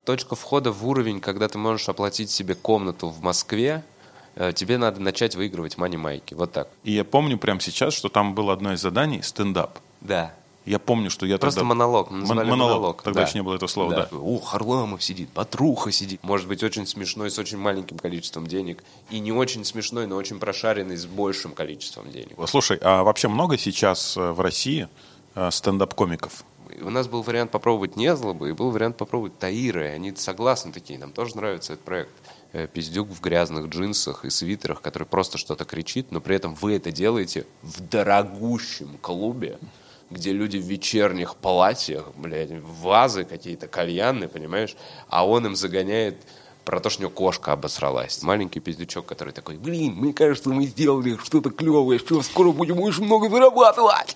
Точка входа в уровень, когда ты можешь оплатить себе комнату в Москве, тебе надо начать выигрывать мани-майки. Вот так. И я помню прямо сейчас, что там было одно из заданий — стендап. Да. Я помню, что я Просто тогда... монолог. Мы называли монолог. Тогда да. еще не было этого слова, да. О, Харламов сидит, Батруха сидит. Может быть, очень смешной, с очень маленьким количеством денег. И не очень смешной, но очень прошаренный, с большим количеством денег. Слушай, а вообще много сейчас в России стендап-комиков? У нас был вариант попробовать Незлобы, и был вариант попробовать Таира. И они согласны такие, нам тоже нравится этот проект. Пиздюк в грязных джинсах и свитерах, который просто что-то кричит, но при этом вы это делаете в дорогущем клубе, где люди в вечерних платьях, блядь, вазы какие-то, кальянные, понимаешь? А он им загоняет про то, что у него кошка обосралась. Маленький пиздючок, который такой: блин, мне кажется, мы сделали что-то клевое, что скоро будем очень много зарабатывать.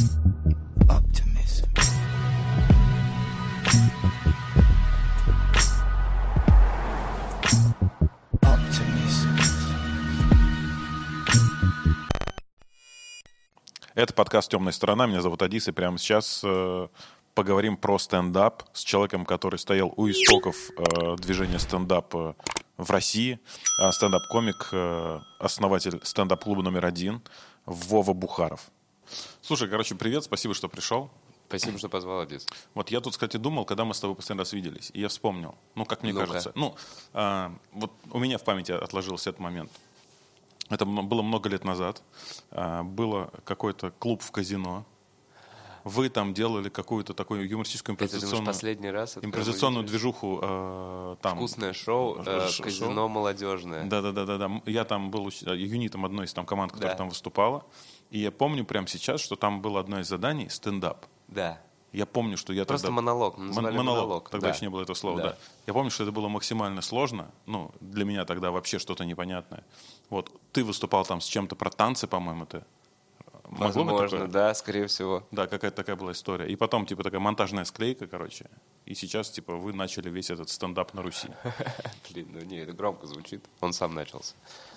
Это подкаст «Темная сторона». Меня зовут Адис, и прямо сейчас поговорим про стендап с человеком, который стоял у истоков движения стендапа в России. Стендап-комик, основатель стендап-клуба №1 Вова Бухаров. Слушай, привет, спасибо, что пришел. Спасибо, что позвал, Адис. Вот я тут, кстати, думал, когда мы с тобой последний раз виделись, и я вспомнил, как мне кажется. Вот у меня в памяти отложился этот момент. Это было много лет назад. Было какой-то клуб в казино. Вы там делали какую-то такую юмористическую импровизационную движуху. Там, вкусное шоу, казино молодежное. Да. Я там был юнитом одной из команд, которая там выступала. И я помню прямо сейчас, что там было одно из заданий — стендап. Да. Я помню, что я Просто тогда... монолог. Монолог. Тогда еще не было этого слова, да. Я помню, что это было максимально сложно. Для меня тогда вообще что-то непонятное. Вот. Ты выступал там с чем-то про танцы, по-моему, ты. Возможно, да, скорее всего. Да, какая-то такая была история. И потом, такая монтажная склейка, И сейчас, вы начали весь этот стендап на Руси. Блин, это громко звучит. Он сам начался.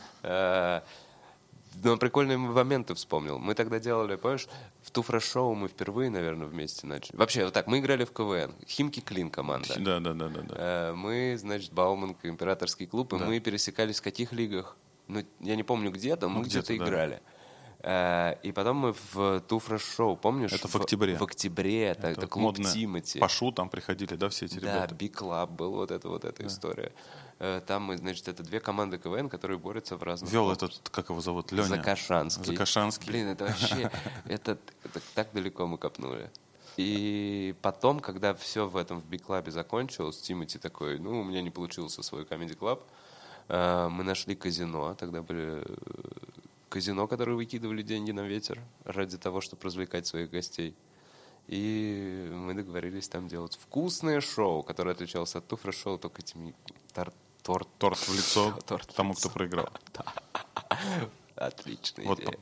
Но прикольные моменты вспомнил. Мы тогда делали, помнишь, в Туфра-шоу мы впервые, наверное, вместе начали. Вообще, вот так, мы играли в КВН. Химки Клин команда. Да. Мы, значит, Бауманка, Императорский клуб, и мы пересекались в каких лигах? Я не помню где-то, мы где-то играли. И потом мы в Туфра-шоу, помнишь? Это в октябре. В октябре, это клуб Тимати. Пашу там приходили, да, все эти ребята? Да, Big Club был, вот эта история. Там мы, значит, это две команды КВН, которые борются в разных... Вел этот, как его зовут, Леня? Закашанский. Блин, это вообще... это так далеко мы копнули. И потом, когда все в Big Club закончилось, Тимати такой: у меня не получился свой Comedy Club. Мы нашли казино. Тогда были казино, которые выкидывали деньги на ветер ради того, чтобы развлекать своих гостей. И мы договорились там делать вкусное шоу, которое отличалось от Туфра-шоу только этими торт в лицо тому, кто проиграл. Отличная идея.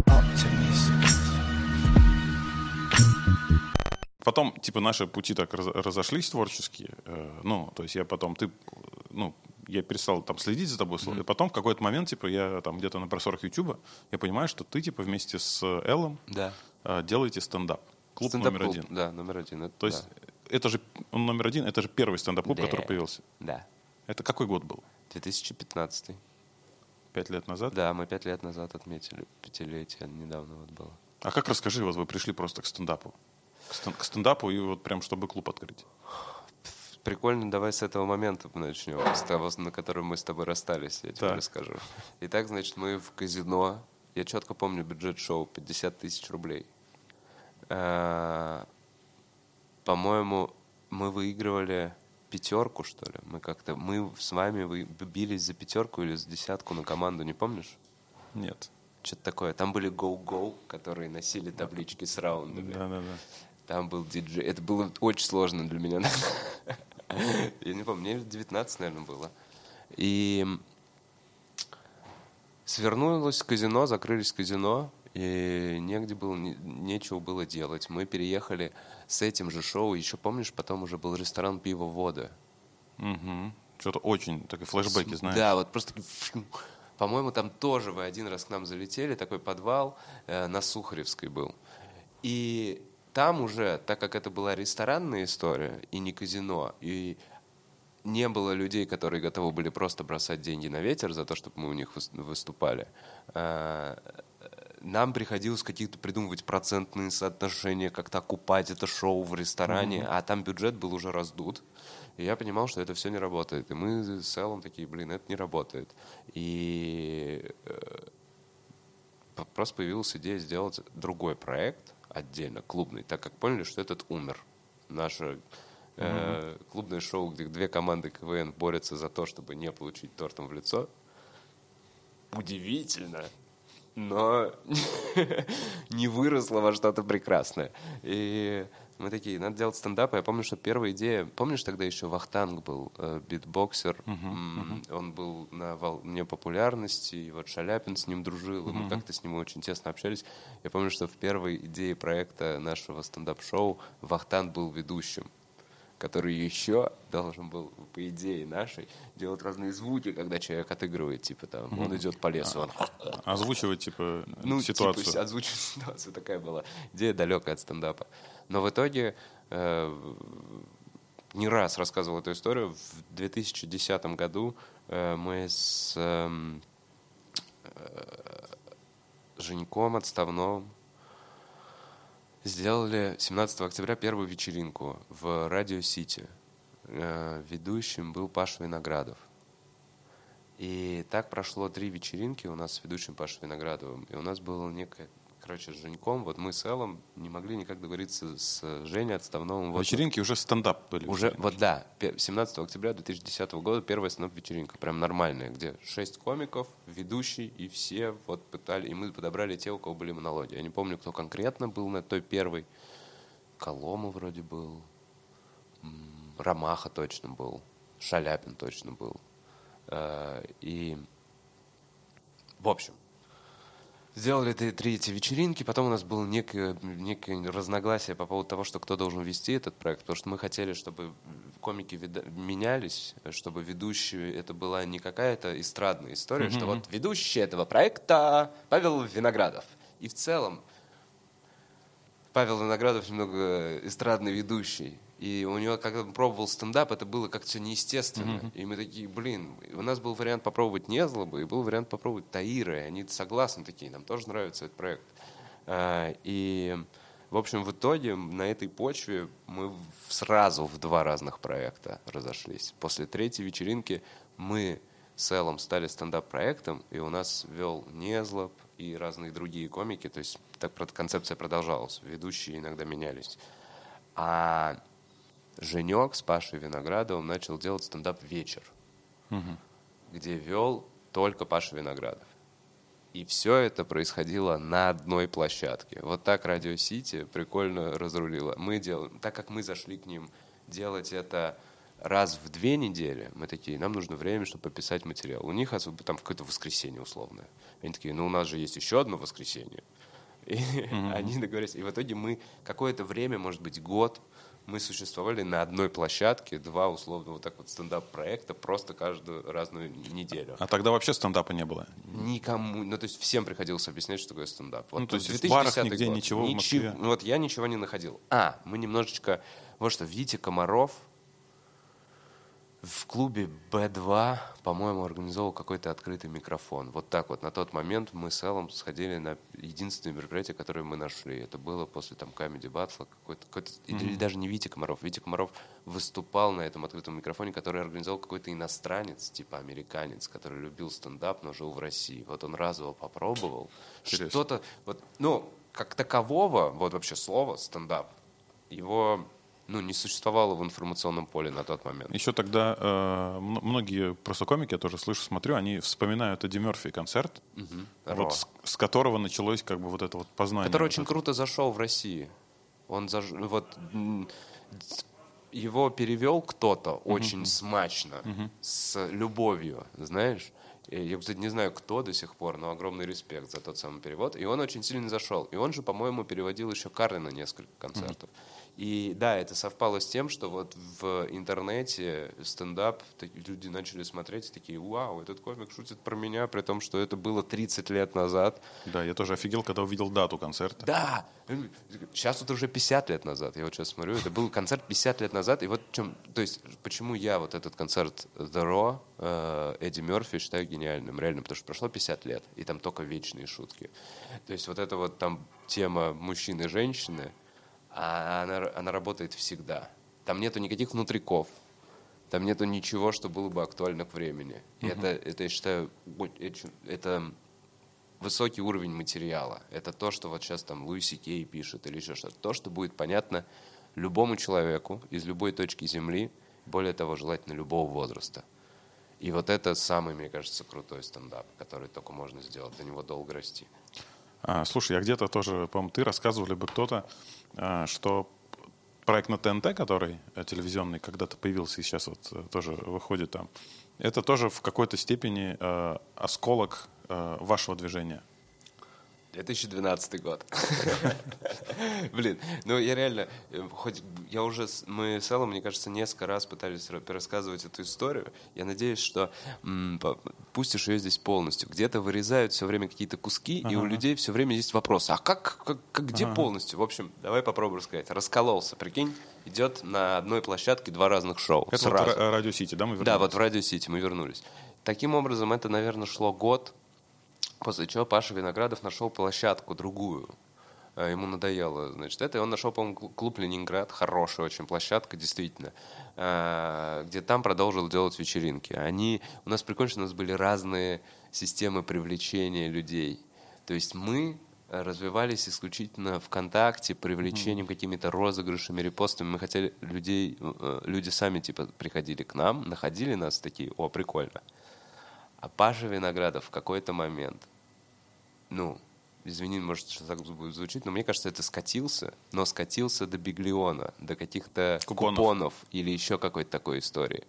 Потом, наши пути так разошлись творческие. То есть я потом, я перестал там следить за тобой. И потом в какой-то момент, я там где-то на просторах Ютуба, я понимаю, что ты, вместе с Эллом делаете стендап. Клуб №1. Да, №1. То есть это же он №1, это же первый стендап-клуб, который появился. Да. Это какой год был? 2015. 5 лет назад? Да, мы 5 лет назад отметили 5-летие, недавно было. А как, расскажи, вы пришли просто к стендапу? К стендапу и прям чтобы клуб открыть. Прикольно, давай с этого момента начнем, с того, на котором мы с тобой расстались, я тебе расскажу. Итак, значит, мы в казино, я четко помню бюджет шоу, 50 тысяч рублей. По-моему, мы выигрывали 5, что ли. Мы с вами бились за 5 или за 10 на команду, не помнишь? Нет. Что-то такое. Там были Go-Go, которые носили таблички с раундами. Да. Там был диджей. Это было очень сложно для меня. Я не помню, мне 19, наверное, было. И свернулось казино, закрылись казино, и негде было, нечего было делать. Мы переехали с этим же шоу. Еще помнишь, потом уже был ресторан «Пиво Вода». Угу. Что-то очень, такие флешбеки, знаешь. Да, вот просто... По-моему, там тоже вы один раз к нам залетели, такой подвал на Сухаревской был. И там уже, так как это была ресторанная история и не казино, и не было людей, которые готовы были просто бросать деньги на ветер за то, чтобы мы у них выступали. Нам приходилось какие-то придумывать процентные соотношения, как-то окупать это шоу в ресторане, а там бюджет был уже раздут. И я понимал, что это все не работает. И мы с Эллом такие, это не работает. И просто появилась идея сделать другой проект отдельно, клубный, так как поняли, что этот умер. Наше клубное шоу, где две команды КВН борются за то, чтобы не получить тортом в лицо. Удивительно, но не выросло во что-то прекрасное. И мы такие, надо делать стендап. Я помню, что первая идея... Помнишь, тогда еще Вахтанг был, битбоксер? Он был на волне популярности, и вот Шаляпин с ним дружил, и мы как-то с ним очень тесно общались. Я помню, что в первой идее проекта нашего стендап-шоу Вахтанг был ведущим, который еще должен был, по идее нашей, делать разные звуки, когда человек отыгрывает, типа там, он идет по лесу, он... Озвучивать, типа, ситуацию. Типа, озвучивать ситуацию, такая была идея, далекая от стендапа. Но в итоге не раз рассказывал эту историю. В 2010 году мы с Женьком отставным сделали 17 октября первую вечеринку в Радио Сити. Ведущим был Паша Виноградов. И так прошло 3 вечеринки у нас с ведущим Пашей Виноградовым. И у нас было некое... Короче, с Женьком, вот мы с Эллом не могли никак договориться с Женей отставным. Вот, вечеринки уже стендап были. Уже, вот да, 17 октября 2010 года первая стендап-вечеринка, прям нормальная, где 6 комиков, ведущий, и все вот пытали, и мы подобрали те, у кого были монологи. Я не помню, кто конкретно был на той первой. Колома вроде был, Ромаха точно был, Шаляпин точно был. И, в общем, сделали 3 эти вечеринки, потом у нас было некое разногласие по поводу того, что кто должен вести этот проект, потому что мы хотели, чтобы комики менялись, чтобы ведущие, это была не какая-то эстрадная история, что вот ведущий этого проекта Павел Виноградов. И в целом Павел Виноградов немного эстрадный ведущий. И у него, когда он пробовал стендап, это было как-то все неестественно. И мы такие, у нас был вариант попробовать Незлоба, и был вариант попробовать Таира, и они согласны такие, нам тоже нравится этот проект. И, в общем, в итоге на этой почве мы сразу в 2 разных проекта разошлись. После 3-й вечеринки мы с Эллом стали стендап-проектом, и у нас вел Незлоб и разные другие комики, то есть так концепция продолжалась, ведущие иногда менялись. А Женек с Пашей Виноградовым начал делать стендап-вечер, где вел только Паша Виноградов. И все это происходило на одной площадке. Вот так Радио Сити прикольно разрулило. Так как мы зашли к ним делать это раз в 2 недели, мы такие, нам нужно время, чтобы пописать материал. У них там какое-то воскресенье условное. Они такие, у нас же есть еще одно воскресенье. И они договорились. И в итоге мы какое-то время, может быть, год, мы существовали на одной площадке, 2 условно вот так вот стендап-проекта, просто каждую разную неделю. А тогда вообще стендапа не было? Никому, то есть всем приходилось объяснять, что такое стендап. Вот, то есть в барах нигде год, ничего в Москве? Вот я ничего не находил. Мы немножечко... Вот что, Витя Комаров в клубе Б2, по-моему, организовал какой-то открытый микрофон. Вот так вот. На тот момент мы с Эллом сходили на единственное мероприятие, которое мы нашли. Это было после там Comedy Battle какой-то, или даже не Витя Комаров. Витя Комаров выступал на этом открытом микрофоне, который организовал какой-то иностранец, типа американец, который любил стендап, но жил в России. Вот он разово попробовал. Интересно. Что-то, как такового, вот вообще слово стендап, его... не существовало в информационном поле на тот момент. Еще тогда многие просто комики, я тоже слышу, смотрю, они вспоминают Эдди Мерфи концерт, вот с которого началось как бы вот это вот познание. Который очень круто зашел в России. Его перевел кто-то очень смачно, с любовью, знаешь. Я, кстати, не знаю, кто до сих пор, но огромный респект за тот самый перевод. И он очень сильно зашел. И он же, по-моему, переводил еще Карлина несколько концертов. И да, это совпало с тем, что вот в интернете стендап люди начали смотреть и такие: вау, этот комик шутит про меня, при том, что это было 30 лет назад. Да, я тоже офигел, когда увидел дату концерта. Да, сейчас вот уже 50 лет назад, я вот сейчас смотрю, это был концерт 50 лет назад, и вот в чем, то есть почему я вот этот концерт The Raw Эдди Мерфи считаю гениальным, реально, потому что прошло 50 лет, и там только вечные шутки. То есть вот эта вот там тема мужчины и женщины, а она работает всегда. Там нету никаких внутриков, там нету ничего, что было бы актуально к времени. И это, я считаю, это высокий уровень материала. Это то, что вот сейчас там Луи Си Кей пишет или еще что-то. То, что будет понятно любому человеку из любой точки Земли, более того, желательно любого возраста. И вот это самый, мне кажется, крутой стендап, который только можно сделать. До него долго расти. Слушай, я где-то тоже, по-моему, ты рассказывал, либо кто-то, что проект на ТНТ, который телевизионный, когда-то появился и сейчас вот тоже выходит там, это тоже в какой-то степени осколок вашего движения. 2012 год. Блин, ну я реально, мы с Эллом, мне кажется, несколько раз пытались пересказывать эту историю. Я надеюсь, что пустишь ее здесь полностью. Где-то вырезают все время какие-то куски, и у людей все время есть вопрос: а где полностью? В общем, давай попробуем рассказать. Раскололся, прикинь, идет на одной площадке 2 разных шоу. Это сразу. Вот Радио Сити, да, мы вернулись? Да, вот в Радио Сити мы вернулись. Таким образом, это, наверное, шло год. После чего Паша Виноградов нашел площадку другую. Ему надоело, значит, это. И он нашел, по-моему, клуб «Ленинград». Хорошая очень площадка, действительно. Где там продолжил делать вечеринки. У нас прикольно, что у нас были разные системы привлечения людей. То есть мы развивались исключительно ВКонтакте, привлечением, какими-то розыгрышами, репостами. Мы хотели люди сами типа приходили к нам, находили нас, такие: о, прикольно. А Паша Виноградов в какой-то момент, извини, может, что так будет звучить, но мне кажется, это скатился до Биглиона, до каких-то купонов или еще какой-то такой истории.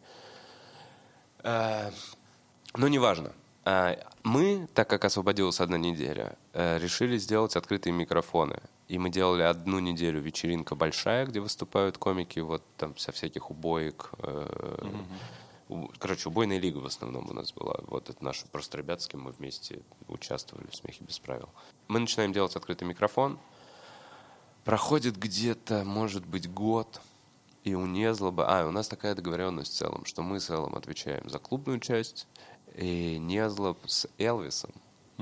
Но неважно. Мы, так как освободилась 1 неделя, решили сделать открытые микрофоны. И мы делали 1 неделю вечеринка большая, где выступают комики, вот там со всяких убоек. Короче, убойная лига в основном у нас была. Вот это наше просто ребята, с кем мы вместе участвовали в «Смехе без правил». Мы начинаем делать открытый микрофон. Проходит где-то, может быть, год, и у Незлоба... у нас такая договоренность в целом, что мы с Эллом отвечаем за клубную часть, и Незлоб с Элвисом,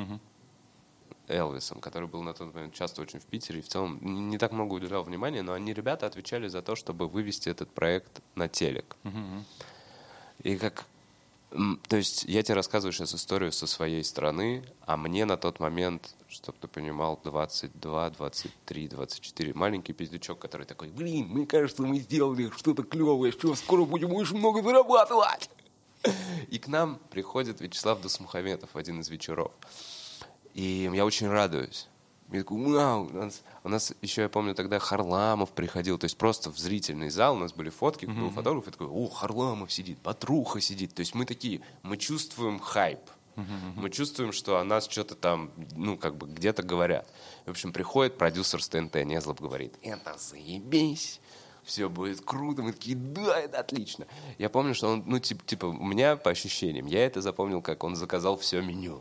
который был на тот момент часто очень в Питере, и в целом не так много уделял внимания, но ребята отвечали за то, чтобы вывести этот проект на телек. И то есть я тебе рассказываю сейчас историю со своей стороны, а мне на тот момент, чтобы ты понимал, 22, 23, 24, маленький пиздючок, который такой: блин, мне кажется, мы сделали что-то клевое, что скоро будем очень много зарабатывать. И к нам приходит Вячеслав Досмухаметов в один из вечеров. И я очень радуюсь. Я такой: вау, у нас еще, я помню, тогда Харламов приходил, то есть просто в зрительный зал, у нас были фотки, был фотограф, и такой: о, Харламов сидит, Батруха сидит. То есть мы чувствуем хайп, мы чувствуем, что о нас что-то там, где-то говорят. В общем, приходит продюсер с ТНТ, Незлоб, говорит: это заебись, все будет круто. Мы такие: да, это отлично. Я помню, что он, у меня по ощущениям, я это запомнил, как он заказал все меню.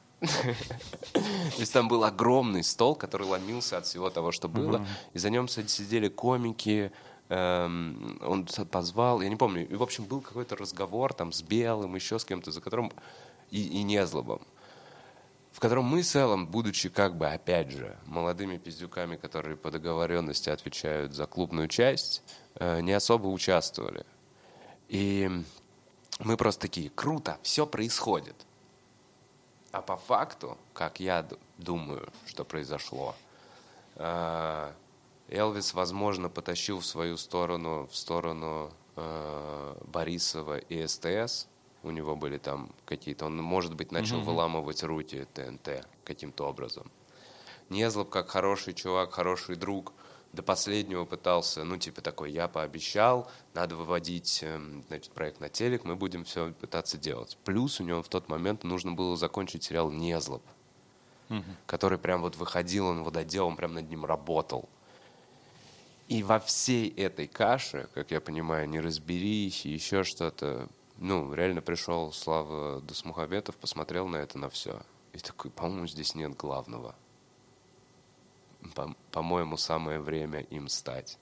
То есть там был огромный стол, который ломился от всего того, что было, и за нем сидели комики, он позвал, я не помню, и, в общем, был какой-то разговор там с Белым, еще с кем-то, за которым и Незлобом, в котором мы с Эллом, будучи опять же, молодыми пиздюками, которые по договоренности отвечают за клубную часть, не особо участвовали. И мы просто такие: круто, все происходит. А по факту, как я думаю, что произошло, Элвис, возможно, потащил в сторону Борисова и СТС. У него были там какие-то... Он, может быть, начал выламывать руки ТНТ каким-то образом. Незлоб, как хороший чувак, хороший друг, до последнего пытался, такой: я пообещал, надо выводить, проект на телек, мы будем все пытаться делать. Плюс у него в тот момент нужно было закончить сериал «Незлоб», который прям вот выходил, он вододел, он прям над ним работал. И во всей этой каше, как я понимаю, не разберись, и еще что-то, реально пришел Слава Дусмухаметов, посмотрел на это, на все. И такой, по-моему, здесь нет главного. По-моему, самое время им стать.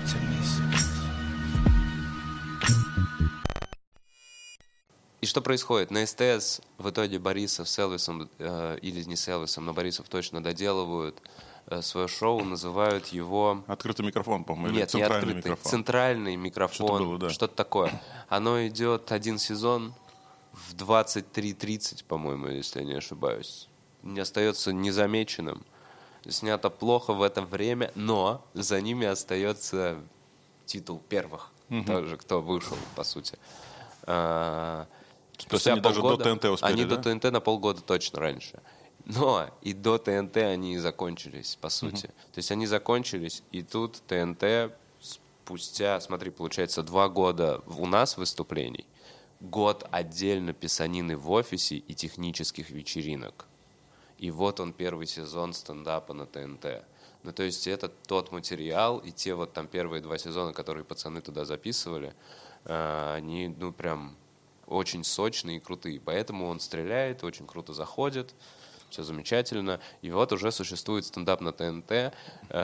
И что происходит? На СТС в итоге Борисов с Элвисом, или не с Элвисом, но Борисов точно доделывают свое шоу, называют его... Открытый микрофон, по-моему, Нет, или центральный не открытый, микрофон. Центральный микрофон, что-то было, да. Что-то такое. Оно идет один сезон в 23:30, по-моему, если я не ошибаюсь. Не остается незамеченным. Снято плохо в это время, но за ними остается титул первых, тоже, кто вышел, по сути. То есть они даже до ТНТ успели, Они да? до ТНТ на полгода точно раньше. Но и до ТНТ они закончились, по сути. То есть они закончились, и тут ТНТ спустя, смотри, получается, 2 года у нас выступлений, год отдельно писанины в офисе и технических вечеринок. И вот он, первый сезон стендапа на ТНТ. То есть это тот материал, и те вот там первые 2 сезона, которые пацаны туда записывали, они, прям очень сочные и крутые. Поэтому он стреляет, очень круто заходит, все замечательно. И вот уже существует стендап на ТНТ.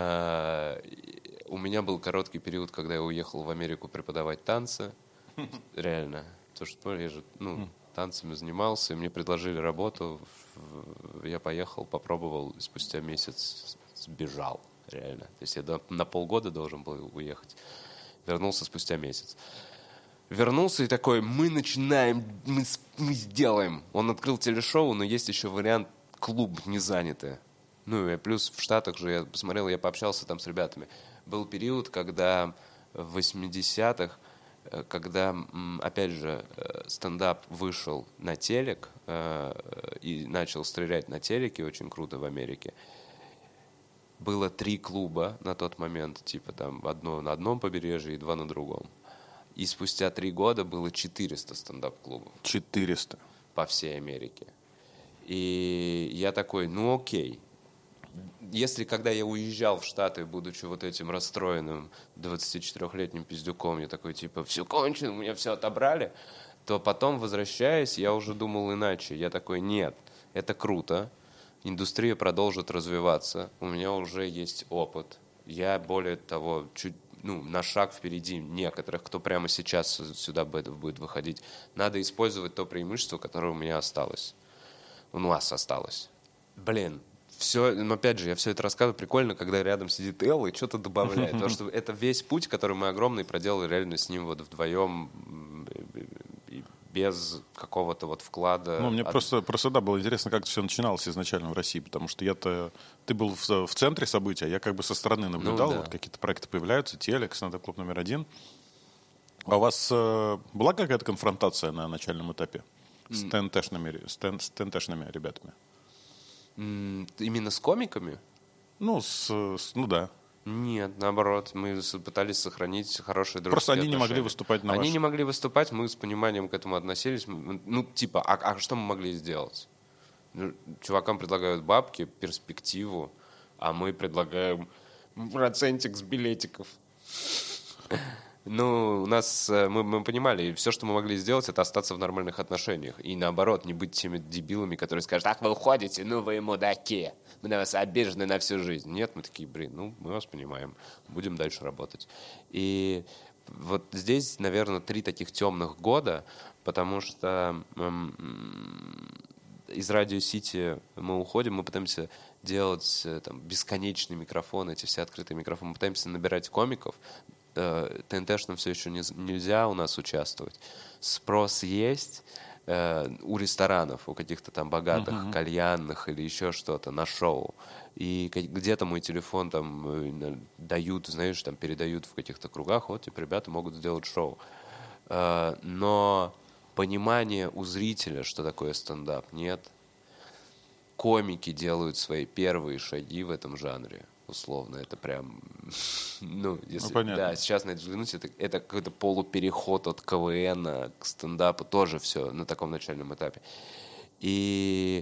У меня был короткий период, когда я уехал в Америку преподавать танцы. Реально. Потому что я же, танцами занимался, и мне предложили работу. Я поехал, попробовал, и спустя месяц сбежал. Реально. То есть я на полгода должен был уехать. Вернулся спустя месяц. Вернулся и такой, мы начинаем, мы сделаем. Он открыл телешоу, но есть еще вариант клуб не занятый. И плюс в Штатах же я посмотрел, я пообщался там с ребятами. Был период, когда в 80-х, когда, опять же, стендап вышел на телек и начал стрелять на телеке очень круто в Америке. Было 3 клуба на тот момент, типа там одно на одном побережье и 2 на другом. И спустя 3 года было 400 стендап-клубов. 400. По всей Америке. И я такой, окей. Если когда я уезжал в Штаты, будучи вот этим расстроенным 24-летним пиздюком, я такой, типа, все кончено, у меня все отобрали, то потом, возвращаясь, я уже думал иначе. Я такой, нет, это круто, индустрия продолжит развиваться, у меня уже есть опыт. Я, более того, чуть на шаг впереди некоторых, кто прямо сейчас сюда будет выходить. Надо использовать то преимущество, которое у меня осталось. У нас осталось. Все, но опять же, я все это рассказываю прикольно, когда рядом сидит Элла и что-то добавляет. Потому что это весь путь, который мы огромный проделали реально с ним вот вдвоем, без какого-то вот вклада. Мне просто да, было интересно, как это все начиналось изначально в России, потому что ты был в центре события, я как бы со стороны наблюдал, да. Вот какие-то проекты появляются, телек, стендап-клуб номер 1. А у вас была какая-то конфронтация на начальном этапе с ТНТшными ребятами? Именно с комиками? Да. Нет, наоборот, мы пытались сохранить хорошие дружеские Просто они отношения. не могли выступать на Они не могли выступать, мы с пониманием к этому относились. А что мы могли сделать? Чувакам предлагают бабки, перспективу, а мы предлагаем процентик с билетиков. У нас, мы понимали, все, что мы могли сделать, это остаться в нормальных отношениях. И наоборот, не быть теми дебилами, которые скажут, ах, вы уходите, вы мудаки, мы на вас обижены на всю жизнь. Нет, мы такие, мы вас понимаем, будем дальше работать. И вот здесь, наверное, 3 таких темных года, потому что из Радио Сити мы уходим, мы пытаемся делать бесконечные микрофоны, эти все открытые микрофоны, мы пытаемся набирать комиков. ТНТ-шным все еще нельзя у нас участвовать. Спрос есть у ресторанов, у каких-то там богатых, кальянных или еще что-то на шоу. И где-то мой телефон дают, передают в каких-то кругах, вот, ребята могут сделать шоу. Но понимания у зрителя, что такое стендап, нет. Комики делают свои первые шаги в этом жанре. Условно, это прям, если сейчас на это взглянуть, это какой-то полупереход от КВН к стендапу, тоже все на таком начальном этапе. И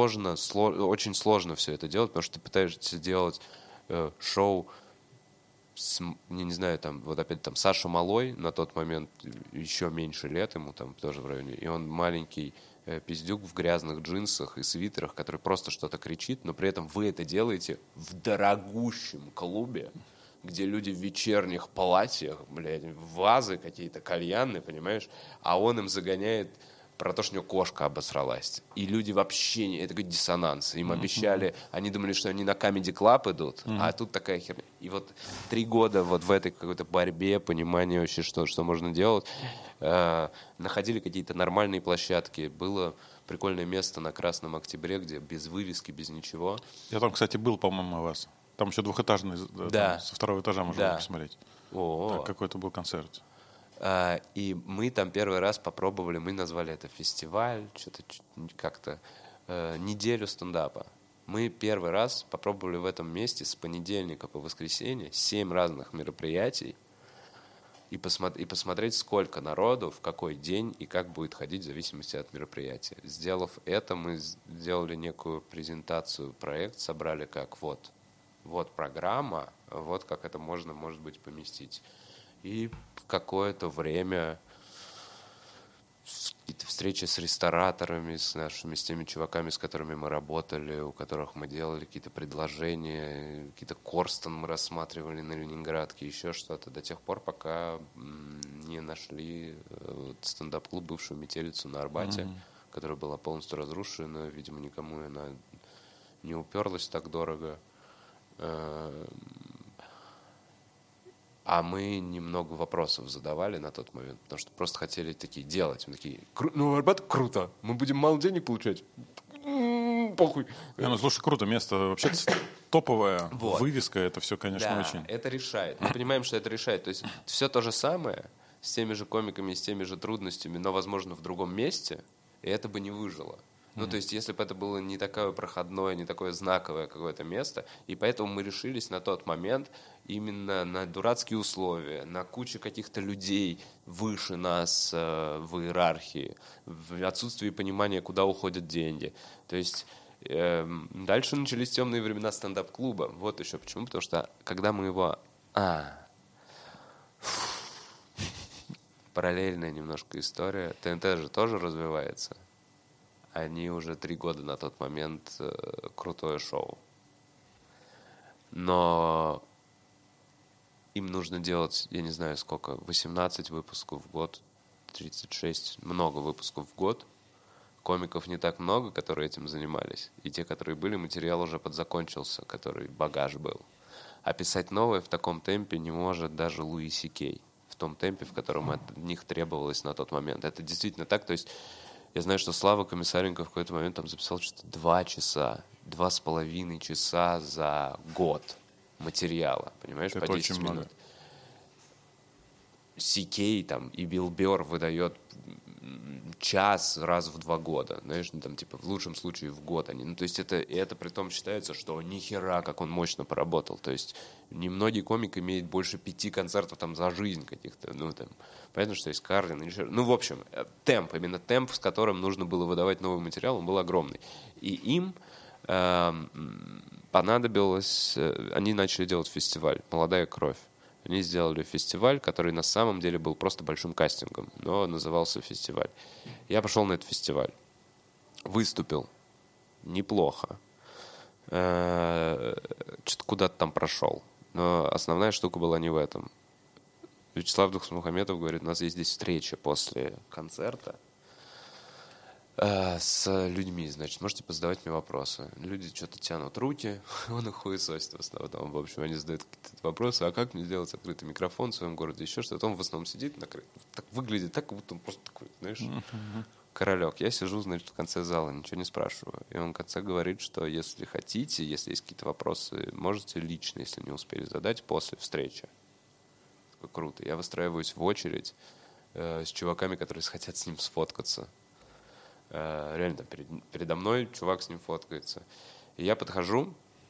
очень сложно все это делать, потому что ты пытаешься делать шоу не знаю, там, вот опять там Саша Малой, на тот момент еще меньше лет ему, там, тоже в районе, и он маленький пиздюк в грязных джинсах и свитерах, который просто что-то кричит, но при этом вы это делаете в дорогущем клубе, где люди в вечерних платьях, блядь, вазы какие-то, кальянные, понимаешь, а он им загоняет про то, что у него кошка обосралась. И люди вообще не... Это какой диссонанс. Им обещали... Они думали, что они на Comedy Club идут, а тут такая херня. И вот 3 года вот в этой какой-то борьбе, понимании вообще, что можно делать, находили какие-то нормальные площадки. Было прикольное место на Красном Октябре, где без вывески, без ничего. Я там, кстати, был, по-моему, у вас. Там еще двухэтажный, Да. Там, со второго этажа можно было посмотреть. Да, какой-то был концерт. И мы там первый раз попробовали, мы назвали это фестиваль, что-то как-то, неделю стендапа. Мы первый раз попробовали в этом месте с понедельника по воскресенье 7 разных мероприятий и посмотреть, сколько народу, в какой день и как будет ходить в зависимости от мероприятия. Сделав это, мы сделали некую презентацию, проект, собрали как вот программа, вот как это можно, может быть, поместить. И в какое-то время какие-то встречи с рестораторами, с теми чуваками, с которыми мы работали, у которых мы делали какие-то предложения, какие-то Корстон мы рассматривали на Ленинградке, еще что-то, до тех пор, пока не нашли стендап-клуб, бывшую Метелицу на Арбате, которая была полностью разрушена, видимо, никому она не уперлась так дорого. А мы немного вопросов задавали на тот момент, потому что просто хотели такие делать. Мы такие, Арбат круто, мы будем мало денег получать. Похуй. Слушай, круто, место вообще топовое, вывеска, это все, конечно, да, очень. Это решает. Мы понимаем, что это решает. То есть все то же самое, с теми же комиками, с теми же трудностями, но, возможно, в другом месте, и это бы не выжило. Ну, то есть, если бы это было не такое проходное, не такое знаковое какое-то место, и поэтому мы решились на тот момент именно на дурацкие условия, на кучу каких-то людей выше нас в иерархии, в отсутствии понимания, куда уходят деньги. То есть, дальше начались темные времена стендап-клуба. Вот еще почему. Потому что, когда мы его... Параллельная немножко история. ТНТ же тоже развивается. Они уже 3 года на тот момент крутое шоу. Но им нужно делать, я не знаю сколько, 18 выпусков в год, 36, много выпусков в год. Комиков не так много, которые этим занимались. И те, которые были, материал уже подзакончился, который багаж был. А писать новое в таком темпе не может даже Луи Си Кей. В том темпе, в котором от них требовалось на тот момент. Это действительно так. То есть я знаю, что Слава Комиссаренко в какой-то момент там записал что-то 2 часа, 2,5 часа за год материала, понимаешь, это по 10 очень минут. Си-Кей там и Билл Бёрр выдает час раз в 2 года, знаешь, ну, там, типа, в лучшем случае в год они. Ну, то есть это при том считается, что нихера, как он мощно поработал. То есть немногие комик имеют больше 5 концертов там за жизнь каких-то. Ну, там, понятно, что есть Карлин или еще. Ну, в общем, именно темп, с которым нужно было выдавать новый материал, он был огромный. И им понадобилось... Они начали делать фестиваль «Молодая кровь». Они сделали фестиваль, который на самом деле был просто большим кастингом, но назывался фестиваль. Я пошел на этот фестиваль. Выступил. Неплохо. Что-то куда-то там прошел. Но основная штука была не в этом. Вячеслав Духсмухаметов говорит, у нас есть здесь встреча после концерта с людьми, значит, можете позадавать мне вопросы. Люди что-то тянут руки, он их хуесосит в основном. В общем, они задают какие-то вопросы, а как мне сделать открытый микрофон в своем городе, еще что-то. Он в основном сидит, так выглядит так, как будто он просто такой, знаешь, королек. Я сижу, значит, в конце зала, ничего не спрашиваю. И он в конце говорит, что если хотите, если есть какие-то вопросы, можете лично, если не успели задать, после встречи. Такой круто. Я выстраиваюсь в очередь с чуваками, которые хотят с ним сфоткаться. Реально там передо мной чувак с ним фоткается. И я подхожу,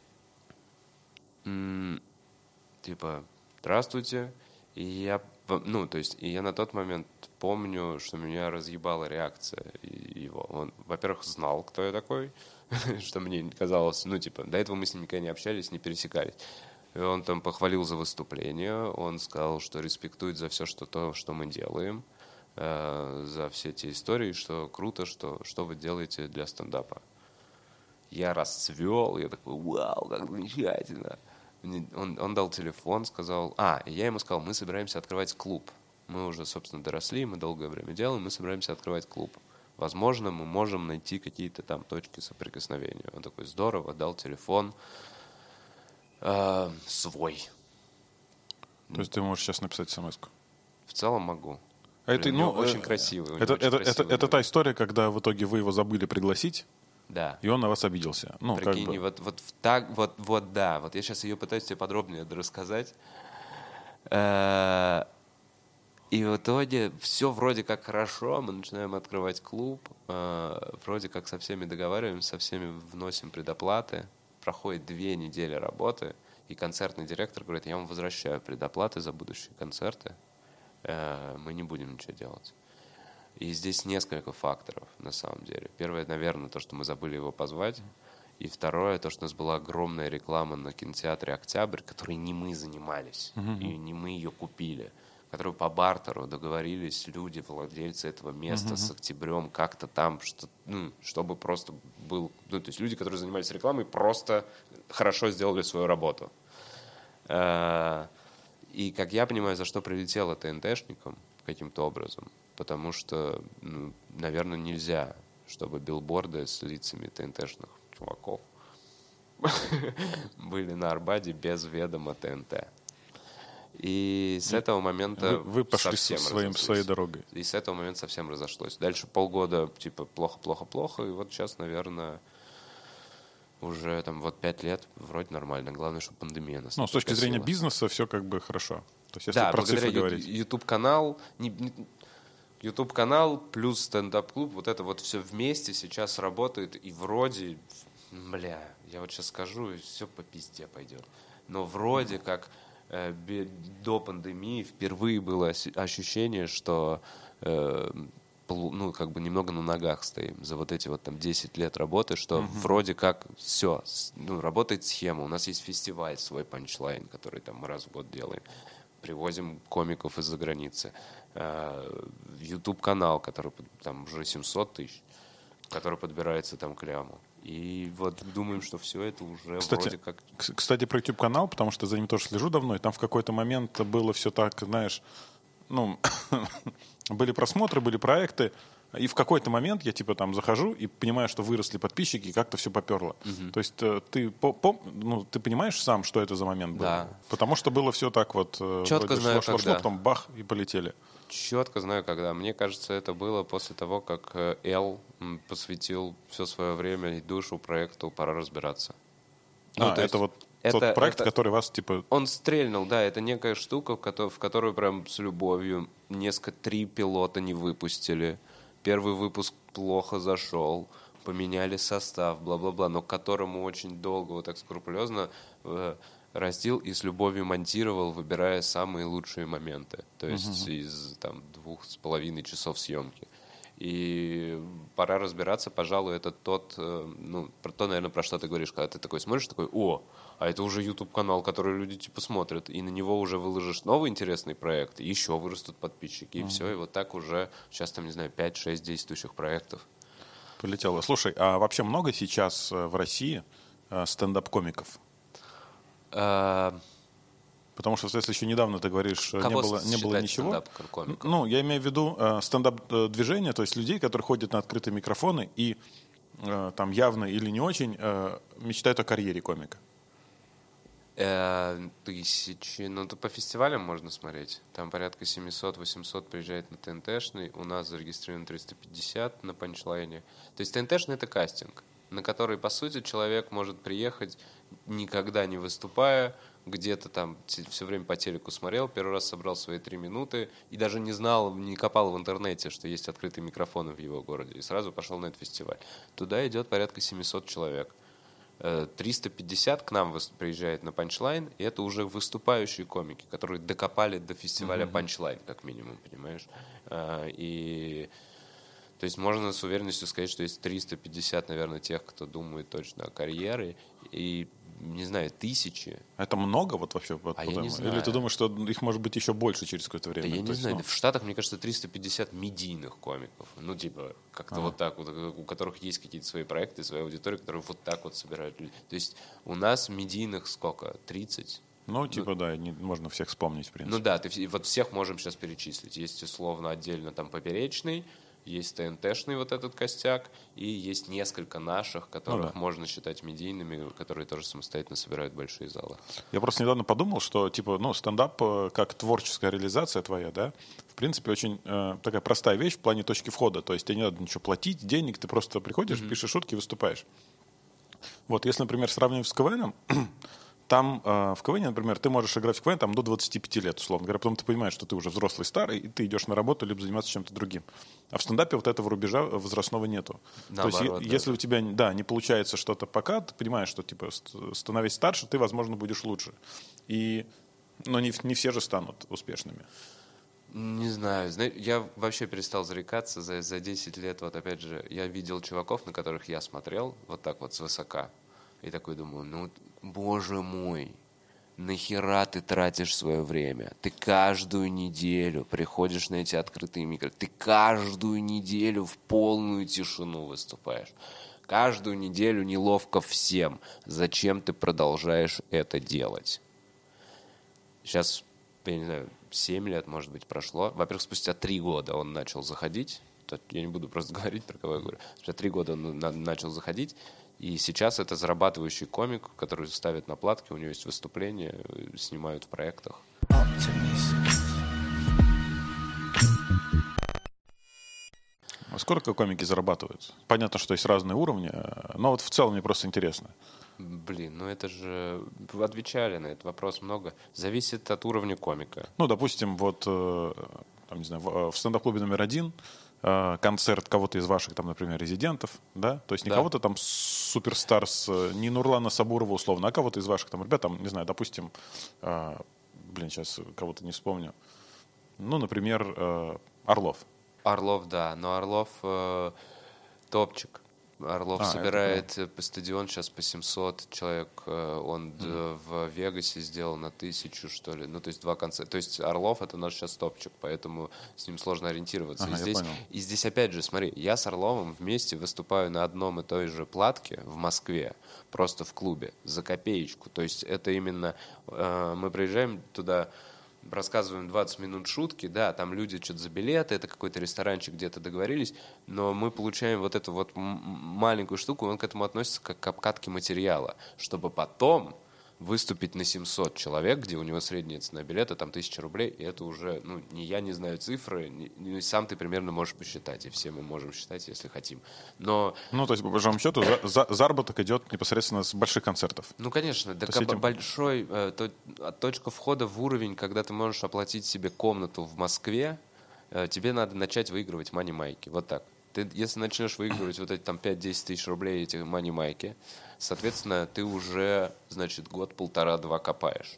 типа, здравствуйте. И я на тот момент помню, что меня разъебала реакция его. Он, во-первых, знал, кто я такой, что мне казалось, до этого мы с ним никогда не общались, не пересекались. И он там похвалил за выступление, он сказал, что респектует за все, что мы делаем, за все эти истории, что круто, что вы делаете для стендапа. Я расцвел, я такой, вау, как замечательно. Он дал телефон, сказал, я ему сказал, мы собираемся открывать клуб. Мы уже, собственно, доросли, мы долгое время делаем, мы собираемся открывать клуб. Возможно, мы можем найти какие-то там точки соприкосновения. Он такой, здорово, дал телефон свой. То есть ты можешь сейчас написать смс-ку? В целом могу. Это, очень красивый. Это та история, когда в итоге вы его забыли пригласить, да. И он на вас обиделся. Прикинь, как бы. Вот я сейчас ее пытаюсь тебе подробнее рассказать. И в итоге все вроде как хорошо, мы начинаем открывать клуб, вроде как со всеми договариваемся, со всеми вносим предоплаты. Проходит 2 недели работы, и концертный директор говорит, я вам возвращаю предоплаты за будущие концерты, мы не будем ничего делать. И здесь несколько факторов, на самом деле. Первое, наверное, то, что мы забыли его позвать. И второе, то, что у нас была огромная реклама на кинотеатре «Октябрь», которой не мы занимались, и не мы ее купили, которую по бартеру договорились люди, владельцы этого места с «Октябрем», как-то там, чтобы просто был... то есть люди, которые занимались рекламой, просто хорошо сделали свою работу. И, как я понимаю, за что прилетело ТНТшникам каким-то образом, потому что, наверное, нельзя, чтобы билборды с лицами ТНТшных чуваков были на Арбаде без ведома ТНТ. И с этого момента вы пошли своей дорогой. И с этого момента совсем разошлось. Дальше полгода типа плохо. И вот сейчас, наверное, уже там 5 лет вроде нормально. Главное, чтобы пандемия нас. С точки зрения бизнеса все как бы хорошо. То есть, если да, про цифры благодаря говорить. YouTube-канал плюс стендап-клуб, вот это вот все вместе сейчас работает, и вроде, я вот сейчас скажу, и все по пизде пойдет. Но вроде как до пандемии впервые было ощущение, что как бы немного на ногах стоим за вот эти 10 лет работы, что вроде как все, работает схема. У нас есть фестиваль свой панчлайн, который там мы раз в год делаем. Привозим комиков из-за границы. YouTube-канал, который там уже 700 тысяч, который подбирается там к ляму. И вот думаем, что все это уже вроде как... Кстати, про YouTube-канал, потому что за ним тоже слежу давно, и там в какой-то момент было все так, знаешь, были просмотры, были проекты, и в какой-то момент я там захожу и понимаю, что выросли подписчики, и как-то все поперло. То есть ты понимаешь сам, что это за момент был? Да. Потому что было все так четко знаю, шло, потом бах, и полетели. Четко знаю, когда. Мне кажется, это было после того, как Эл посвятил все свое время и душу проекту «Пора разбираться». Это тот проект, который вас Он стрельнул, да, это некая штука, в которую прям с любовью 3 пилота не выпустили. Первый выпуск плохо зашел, поменяли состав, бла-бла-бла, но к которому очень долго, так скрупулезно растил и с любовью монтировал, выбирая самые лучшие моменты. То есть из 2,5 часов съемки. И «Пора разбираться», пожалуй, это наверное, про что ты говоришь, когда ты такой смотришь, такой, а это уже YouTube-канал, который люди смотрят, и на него уже выложишь новый интересный проект, и еще вырастут подписчики, и все, и вот так уже сейчас 5-6 действующих проектов. Полетело. Слушай, а вообще много сейчас в России стендап-комиков? Потому что если еще недавно ты говоришь, не было ничего. Я имею в виду стендап-движение, то есть людей, которые ходят на открытые микрофоны и там явно или не очень мечтают о карьере комика. Тысячи. То по фестивалям можно смотреть. Там порядка 700-800 приезжает на ТНТшный. У нас зарегистрировано 350 на панчлайне. То есть ТНТшный — это кастинг, на который, по сути, человек может приехать, никогда не выступая, где-то там все время по телеку смотрел, первый раз собрал свои 3 минуты и даже не знал, не копал в интернете, что есть открытые микрофоны в его городе, и сразу пошел на этот фестиваль. Туда идет порядка 700 человек. 350 к нам приезжает на панчлайн, и это уже выступающие комики, которые докопали до фестиваля панчлайн, как минимум, понимаешь? И... То есть можно с уверенностью сказать, что есть 350, наверное, тех, кто думает точно о карьере, и не знаю, тысячи. Это много вот вообще? Я не знаю. Или ты думаешь, что их может быть еще больше через какое-то время? Да я не знаю. В Штатах, мне кажется, 350 медийных комиков. Ну, типа, как-то вот так вот, у которых есть какие-то свои проекты, своя аудитория, которые вот так вот собирают людей. То есть у нас медийных сколько? 30? Ну, типа, да, можно всех вспомнить, в принципе. Ну да, вот всех можем сейчас перечислить. Есть условно отдельно там Поперечный, есть ТНТшный вот этот костяк, и есть несколько наших, которых можно считать медийными, которые тоже самостоятельно собирают большие залы. Я просто недавно подумал, что типа, стендап как творческая реализация твоя, да, в принципе, очень такая простая вещь в плане точки входа. То есть тебе не надо ничего платить, денег, ты просто приходишь, пишешь шутки, выступаешь. Вот, если, например, сравнивать с КВНом, там в КВН, например, ты можешь играть в КВН там, до 25 лет, условно говоря. Потом ты понимаешь, что ты уже взрослый, старый, и ты идешь на работу, либо заниматься чем-то другим. А в стендапе вот этого рубежа возрастного нету. Наоборот, то есть, если у тебя не получается что-то пока, ты понимаешь, что типа, становясь старше, ты, возможно, будешь лучше. Но не все же станут успешными. Не знаю. Я вообще перестал зарекаться за 10 лет. Вот опять же, я видел чуваков, на которых я смотрел, вот так вот свысока. И такой думаю, боже мой, нахера ты тратишь свое время? Ты каждую неделю приходишь на эти открытые микро, ты каждую неделю в полную тишину выступаешь. Каждую неделю неловко всем. Зачем ты продолжаешь это делать? Сейчас, я не знаю, 7 лет, может быть, прошло. Во-первых, спустя 3 года он начал заходить. Я не буду просто говорить, про кого я говорю. Спустя 3 года он начал заходить. И сейчас это зарабатывающий комик, который ставит на платки, у него есть выступления, снимают в проектах. Сколько комики зарабатывают? Понятно, что есть разные уровни, но вот в целом мне просто интересно. Блин, это же... Вы отвечали на этот вопрос много. Зависит от уровня комика. Допустим, вот, там, не знаю, в стендап-клубе номер 1 концерт кого-то из ваших, там, например, резидентов, да? То есть не кого-то там суперстарс, не Нурлана Сабурова условно, а кого-то из ваших там ребят, там, не знаю, допустим, сейчас кого-то не вспомню. Например, Орлов. Орлов, да, но Орлов топчик. Орлов собирает по стадион сейчас по 700 человек. Он в Вегасе сделал на 1000, что ли. То есть 2 концерта. То есть Орлов — это наш сейчас топчик, поэтому с ним сложно ориентироваться. И здесь опять же, смотри, я с Орловым вместе выступаю на одном и той же платке в Москве, просто в клубе, за копеечку. То есть это именно... Мы приезжаем туда... Рассказываем 20 минут шутки, да, там люди что-то за билеты, это какой-то ресторанчик, где-то договорились, но мы получаем вот эту вот маленькую штуку, он к этому относится как к обкатке материала, чтобы потом выступить на 700 человек, где у него средняя цена билета, там 1000 рублей, и это уже, ни я не знаю цифры, сам ты примерно можешь посчитать, и все мы можем считать, если хотим. Но... то есть, по большому счету, заработок идет непосредственно с больших концертов. Конечно, большой точка входа в уровень, когда ты можешь оплатить себе комнату в Москве, тебе надо начать выигрывать мани-майки, вот так. Ты, если начнешь выигрывать вот эти там 5-10 тысяч рублей, эти мани-майки, соответственно, ты уже, значит, год, 1,5-2 копаешь.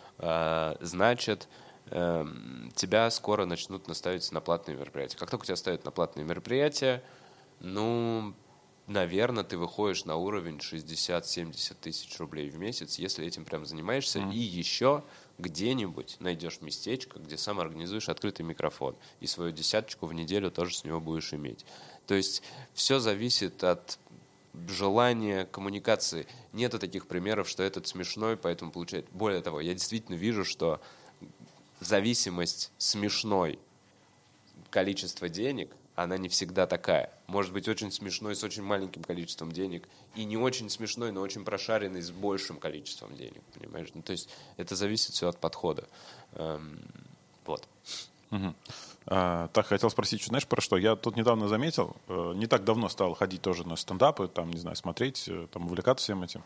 Значит, тебя скоро начнут наставить на платные мероприятия. Как только тебя ставят на платные мероприятия, наверное, ты выходишь на уровень 60-70 тысяч рублей в месяц, если этим прям занимаешься, и еще где-нибудь найдешь местечко, где сам организуешь открытый микрофон, и свою 10 в неделю тоже с него будешь иметь. То есть все зависит от желания коммуникации. Нету таких примеров, что этот смешной, поэтому получает... Более того, я действительно вижу, что зависимость смешной количества денег, она не всегда такая. Может быть очень смешной с очень маленьким количеством денег, и не очень смешной, но очень прошаренный с большим количеством денег. Понимаешь? То есть это зависит все от подхода. Вот. Так, хотел спросить, знаешь, про что? Я тут недавно заметил, не так давно стал ходить тоже на стендапы, там, не знаю, смотреть, там, увлекаться всем этим.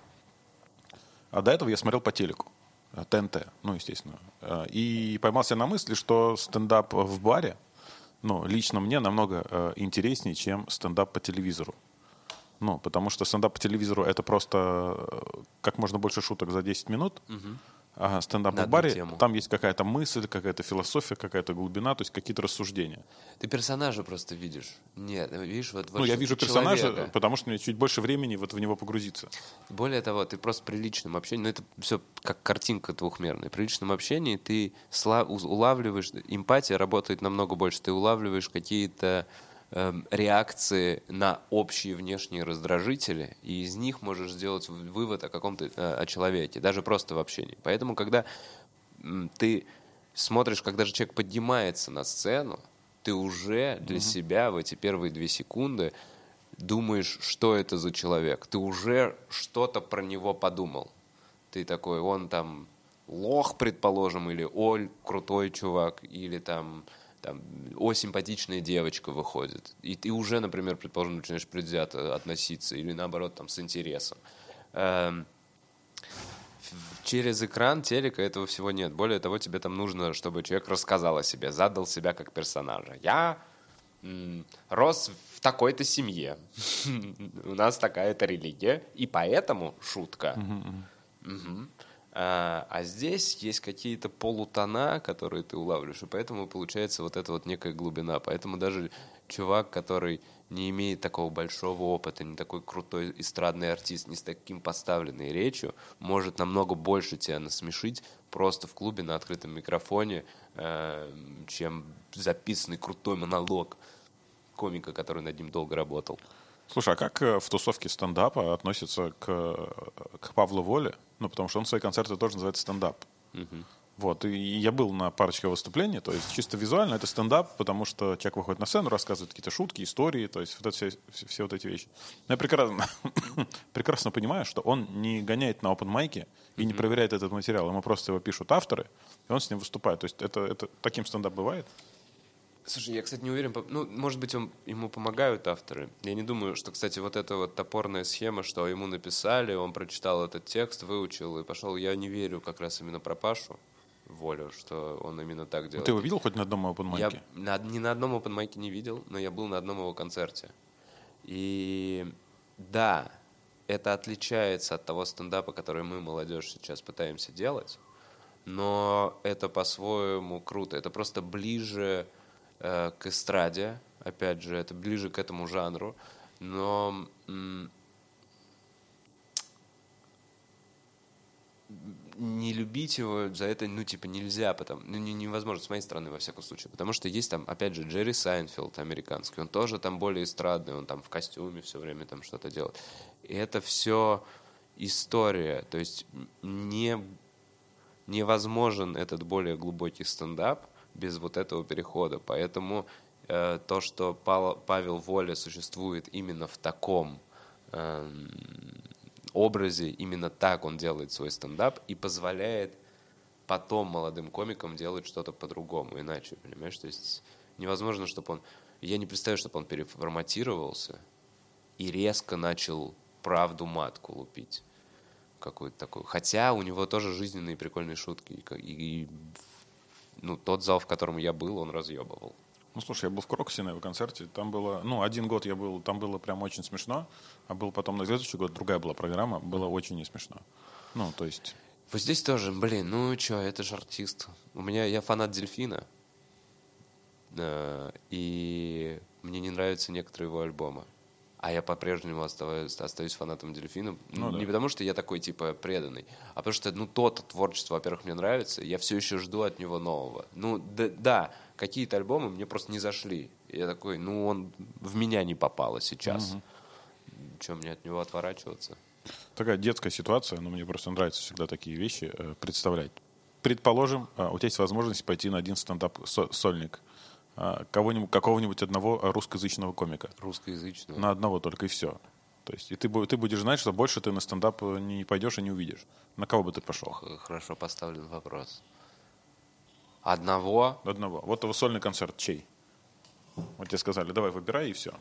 А до этого я смотрел по телеку, ТНТ, естественно. И поймался на мысли, что стендап в баре, лично мне намного интереснее, чем стендап по телевизору. Потому что стендап по телевизору — это просто как можно больше шуток за 10 минут. стендап в баре, там есть какая-то мысль, какая-то философия, какая-то глубина, то есть какие-то рассуждения. Ты персонажа просто видишь. Нет, видишь, вот я вижу персонажа, потому что мне чуть больше времени вот в него погрузиться. Более того, ты просто при личном общении, это все как картинка двухмерная. При личном общении ты улавливаешь, эмпатия работает намного больше, ты улавливаешь какие-то реакции на общие внешние раздражители, и из них можешь сделать вывод о каком-то о человеке, даже просто в общении. Поэтому, когда ты смотришь, когда же человек поднимается на сцену, ты уже для себя в эти первые 2 секунды думаешь, что это за человек. Ты уже что-то про него подумал. Ты такой, он там лох, предположим, или оль, крутой чувак, или там о, симпатичная девочка выходит. И ты уже, например, предположим, начинаешь предвзято относиться, или наоборот, там, с интересом. Через экран телека этого всего нет. Более того, тебе там нужно, чтобы человек рассказал о себе, задал себя как персонажа. Я рос в такой-то семье. У нас такая-то религия, и поэтому шутка. А здесь есть какие-то полутона, которые ты улавливаешь, и поэтому получается вот эта вот некая глубина. Поэтому даже чувак, который не имеет такого большого опыта, не такой крутой эстрадный артист, не с таким поставленной речью, может намного больше тебя насмешить просто в клубе на открытом микрофоне, чем записанный крутой монолог комика, который над ним долго работал. Слушай, а как в тусовке стендапа относятся к Павлу Воле? Ну, потому что он свои концерты тоже называет стендап. Вот, и я был на парочке выступлений, то есть чисто визуально это стендап, потому что человек выходит на сцену, рассказывает какие-то шутки, истории, то есть вот это все вот эти вещи. Но я прекрасно понимаю, что он не гоняет на open-майке и не проверяет этот материал, ему просто его пишут авторы, и он с ним выступает. То есть это таким стендап бывает? Слушай, я, кстати, не уверен, ну, может быть, ему помогают авторы. Я не думаю, что, кстати, вот эта вот топорная схема, что ему написали, он прочитал этот текст, выучил и пошел. Я не верю как раз именно про Пашу Волю, что он именно так делает. Ты его видел хоть на одном опенмайке? Я ни на одном опенмайке не видел, но я был на одном его концерте. И да, это отличается от того стендапа, который мы, молодежь, сейчас пытаемся делать, но это по-своему круто. Это просто ближе к эстраде, опять же, это ближе к этому жанру, но не любить его за это, ну, типа, нельзя, невозможно, с моей стороны, во всяком случае, потому что есть там, опять же, Джерри Сайнфелд американский, он тоже там более эстрадный, он там в костюме все время там что-то делает. И это все история, то есть невозможен этот более глубокий стендап без вот этого перехода, поэтому то, что Павел Воля существует именно в таком образе, именно так он делает свой стендап и позволяет потом молодым комикам делать что-то по-другому, иначе, понимаешь? То есть невозможно, чтобы он... Я не представляю, чтобы он переформатировался и резко начал правду матку лупить. Какую-то такую. Хотя у него тоже жизненные прикольные шутки. И тот зал, в котором я был, он разъебывал. Ну, слушай, я был в Крокусе на его концерте, там было, 1 год я был, там было прям очень смешно, а был потом на следующий год, другая была программа, было очень не смешно. Ну, то есть... Вот здесь тоже, это же артист. Я фанат Дельфина, и мне не нравятся некоторые его альбомы. А я по-прежнему остаюсь фанатом Дельфина. Не потому, что я такой, типа, преданный, а потому что, то творчество, во-первых, мне нравится, я все еще жду от него нового. Какие-то альбомы мне просто не зашли. Я такой, он в меня не попало сейчас. Что, мне от него отворачиваться? Такая детская ситуация, но мне просто нравится всегда такие вещи представлять. Предположим, у тебя есть возможность пойти на один стендап-сольник. Какого-нибудь одного русскоязычного комика. Русскоязычного? На одного только, и все. То есть, и ты будешь знать, что больше ты на стендап не пойдешь и не увидишь. На кого бы ты пошел? Хорошо поставлен вопрос. Одного? Одного. Вот его сольный концерт чей? Вот тебе сказали, давай выбирай, и все.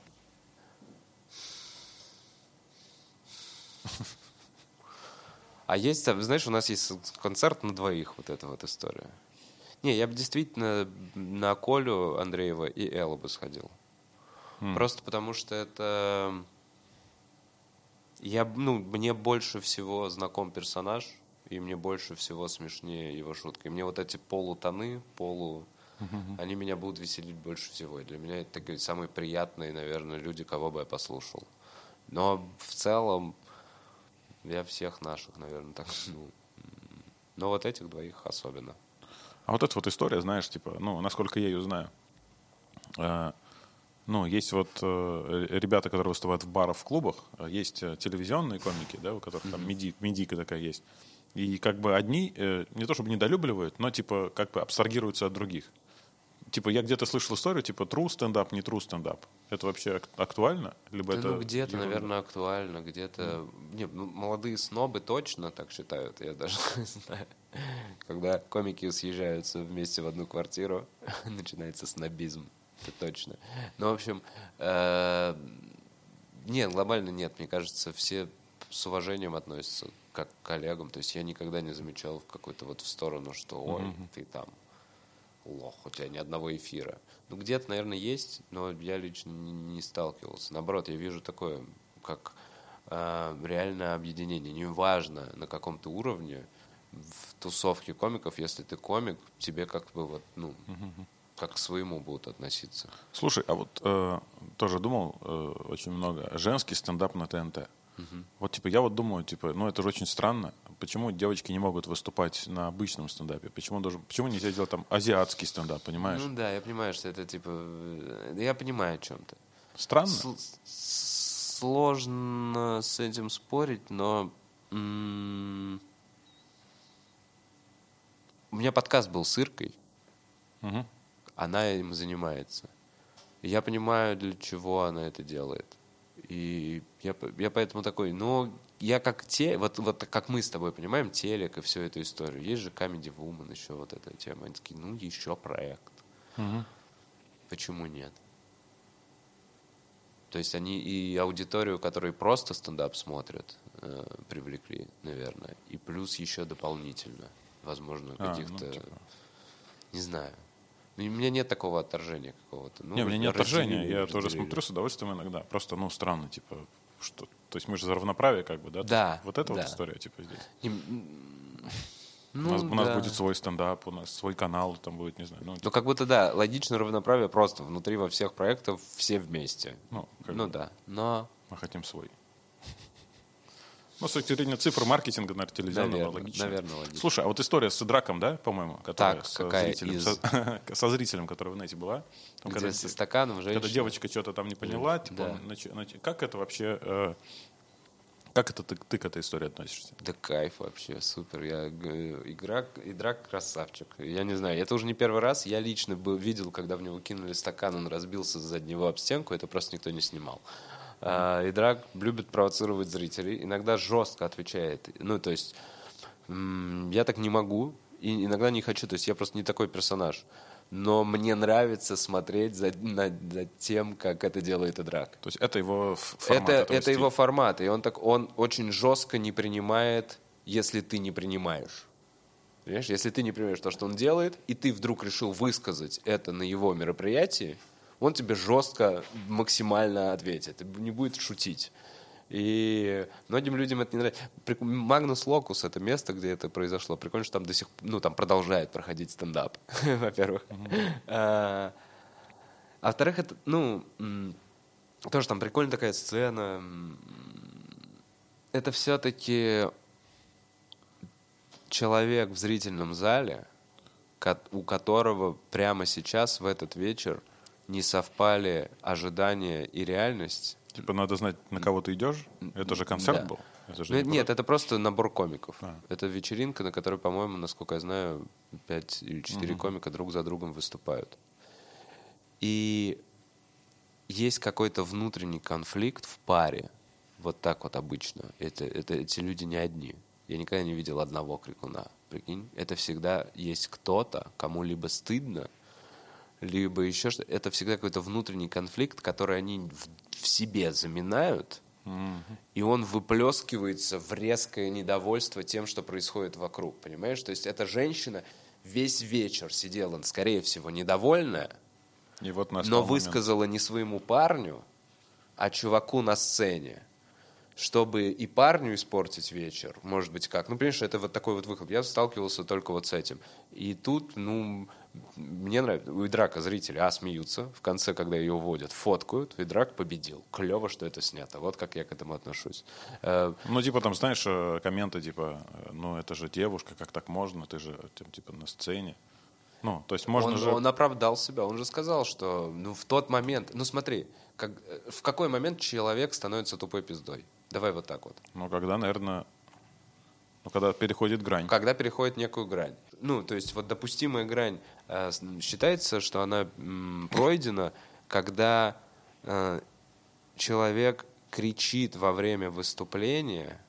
А есть, знаешь, у нас есть концерт на двоих, вот эта вот история. Не, я бы действительно на Колю Андреева и Эллу бы сходил. Просто потому что это... мне больше всего знаком персонаж, и мне больше всего смешнее его шутки. И мне вот эти полутоны, они меня будут веселить больше всего. И для меня это такие самые приятные, наверное, люди, кого бы я послушал. Но в целом я всех наших, наверное, так, но вот этих двоих особенно. А вот эта вот история, знаешь, типа, насколько я ее знаю, есть вот ребята, которые выступают в барах, в клубах, есть телевизионные комики, да, у которых там медийка такая есть. И как бы одни не то чтобы недолюбливают, но типа как бы абстрагируются от других. Типа я где-то слышал историю, типа true стендап, не true стендап. Это вообще актуально? Либо Да, это где-то, наверное, актуально, где-то... Нет, молодые снобы точно так считают, я даже не знаю. Когда комики съезжаются вместе в одну квартиру, начинается снобизм, это точно. Ну, в общем, нет, глобально нет. Мне кажется, все с уважением относятся как к коллегам. То есть я никогда не замечал в какую-то вот в сторону, что ой, ты там лох, у тебя ни одного эфира. Ну, где-то, наверное, есть, но я лично не сталкивался. Наоборот, я вижу такое, как реальное объединение. Неважно, на каком ты уровне, в тусовке комиков, если ты комик, тебе как бы вот, как к своему будут относиться. Слушай, а вот тоже думал очень много. Женский стендап на ТНТ. Вот, типа, я вот думаю, типа, это же очень странно. Почему девочки не могут выступать на обычном стендапе? Почему нельзя делать там азиатский стендап, понимаешь? Ну да, я понимаю, что это типа... Я понимаю о чем ты. Странно? Сложно с этим спорить, но... У меня подкаст был с Иркой. Она им занимается. И я понимаю, для чего она это делает. И я поэтому такой, я как вот как мы с тобой понимаем, телек и всю эту историю. Есть же Comedy Woman, еще вот эта тема. Они такие, еще проект. Почему нет? То есть они и аудиторию, которые просто стендап смотрят, привлекли, наверное. И плюс еще дополнительно, возможно, каких-то, не знаю. У меня нет такого отторжения какого-то. Не, у меня нет отторжения. Я тоже смотрю с удовольствием иногда. Просто, странно, типа, что... То есть мы же за равноправие, как бы, да? Да. Вот это вот история, типа, здесь. У Ну, нас будет свой стендап, у нас свой канал, там будет, не знаю. Ну, как будто, да, логично равноправие просто внутри во всех проектах все вместе. Да, но... Мы хотим свой. Ну, с точки зрения цифр маркетинга, наверное, телевизионного логично. Наверное, логично. Слушай, а вот история с Идраком, да, по-моему, которая какая со зрителем, который в нете была. Там, где со стаканом женщина. Когда девочка что-то там не поняла, типа, как это вообще... Как это ты к этой истории относишься? Да кайф вообще, супер. Идрак красавчик. Я не знаю, это уже не первый раз. Я лично видел, когда в него кинули стакан, он разбился за него об стенку, это просто никто не снимал. Идрак любит провоцировать зрителей, иногда жестко отвечает. То есть я так не могу и иногда не хочу, то есть я просто не такой персонаж. Но мне нравится смотреть за тем, как это делает Идрак. То есть это его формат? Это его формат, и он очень жестко не принимает, если ты не принимаешь. Понимаешь? Если ты не принимаешь то, что он делает, и ты вдруг решил высказать это на его мероприятии, он тебе жестко, максимально ответит, и не будет шутить. И многим людям это не нравится. Магнус Локус — это место, где это произошло. Прикольно, что там там продолжает проходить стендап, во-первых. А во-вторых, это, тоже там прикольная такая сцена. Это все-таки человек в зрительном зале, у которого прямо сейчас, в этот вечер, не совпали ожидания и реальность. Типа надо знать, на кого ты идешь? Это же концерт был? Нет, это просто набор комиков. Это вечеринка, на которой, по-моему, насколько я знаю, 5 или 4 комика друг за другом выступают. И есть какой-то внутренний конфликт в паре. Вот так вот обычно. Эти люди не одни. Я никогда не видел одного крикуна. Прикинь? Это всегда есть кто-то, кому либо стыдно, либо еще что-то. Это всегда какой-то внутренний конфликт, который они в себе заминают, и он выплескивается в резкое недовольство тем, что происходит вокруг. Понимаешь? То есть эта женщина весь вечер сидела, скорее всего, недовольная, и вот но высказала не своему парню, а чуваку на сцене, чтобы и парню испортить вечер, может быть, как. Ну, понимаешь, это вот такой вот выход. Я сталкивался только вот с этим. И тут, мне нравится. У Идрака зрители, смеются. В конце, когда ее вводят, фоткают. Идрак победил. Клево, что это снято. Вот как я к этому отношусь. Ну, типа, там, знаешь, комменты, типа, это же девушка, как так можно? Ты же, типа, на сцене. Ну, то есть можно он оправдал себя. Он же сказал, что, в тот момент... Ну, смотри, в какой момент человек становится тупой пиздой? Давай вот так вот. Когда, наверное... когда переходит грань. Когда переходит некую грань. То есть вот допустимая грань считается, что она пройдена, когда человек кричит во время выступления,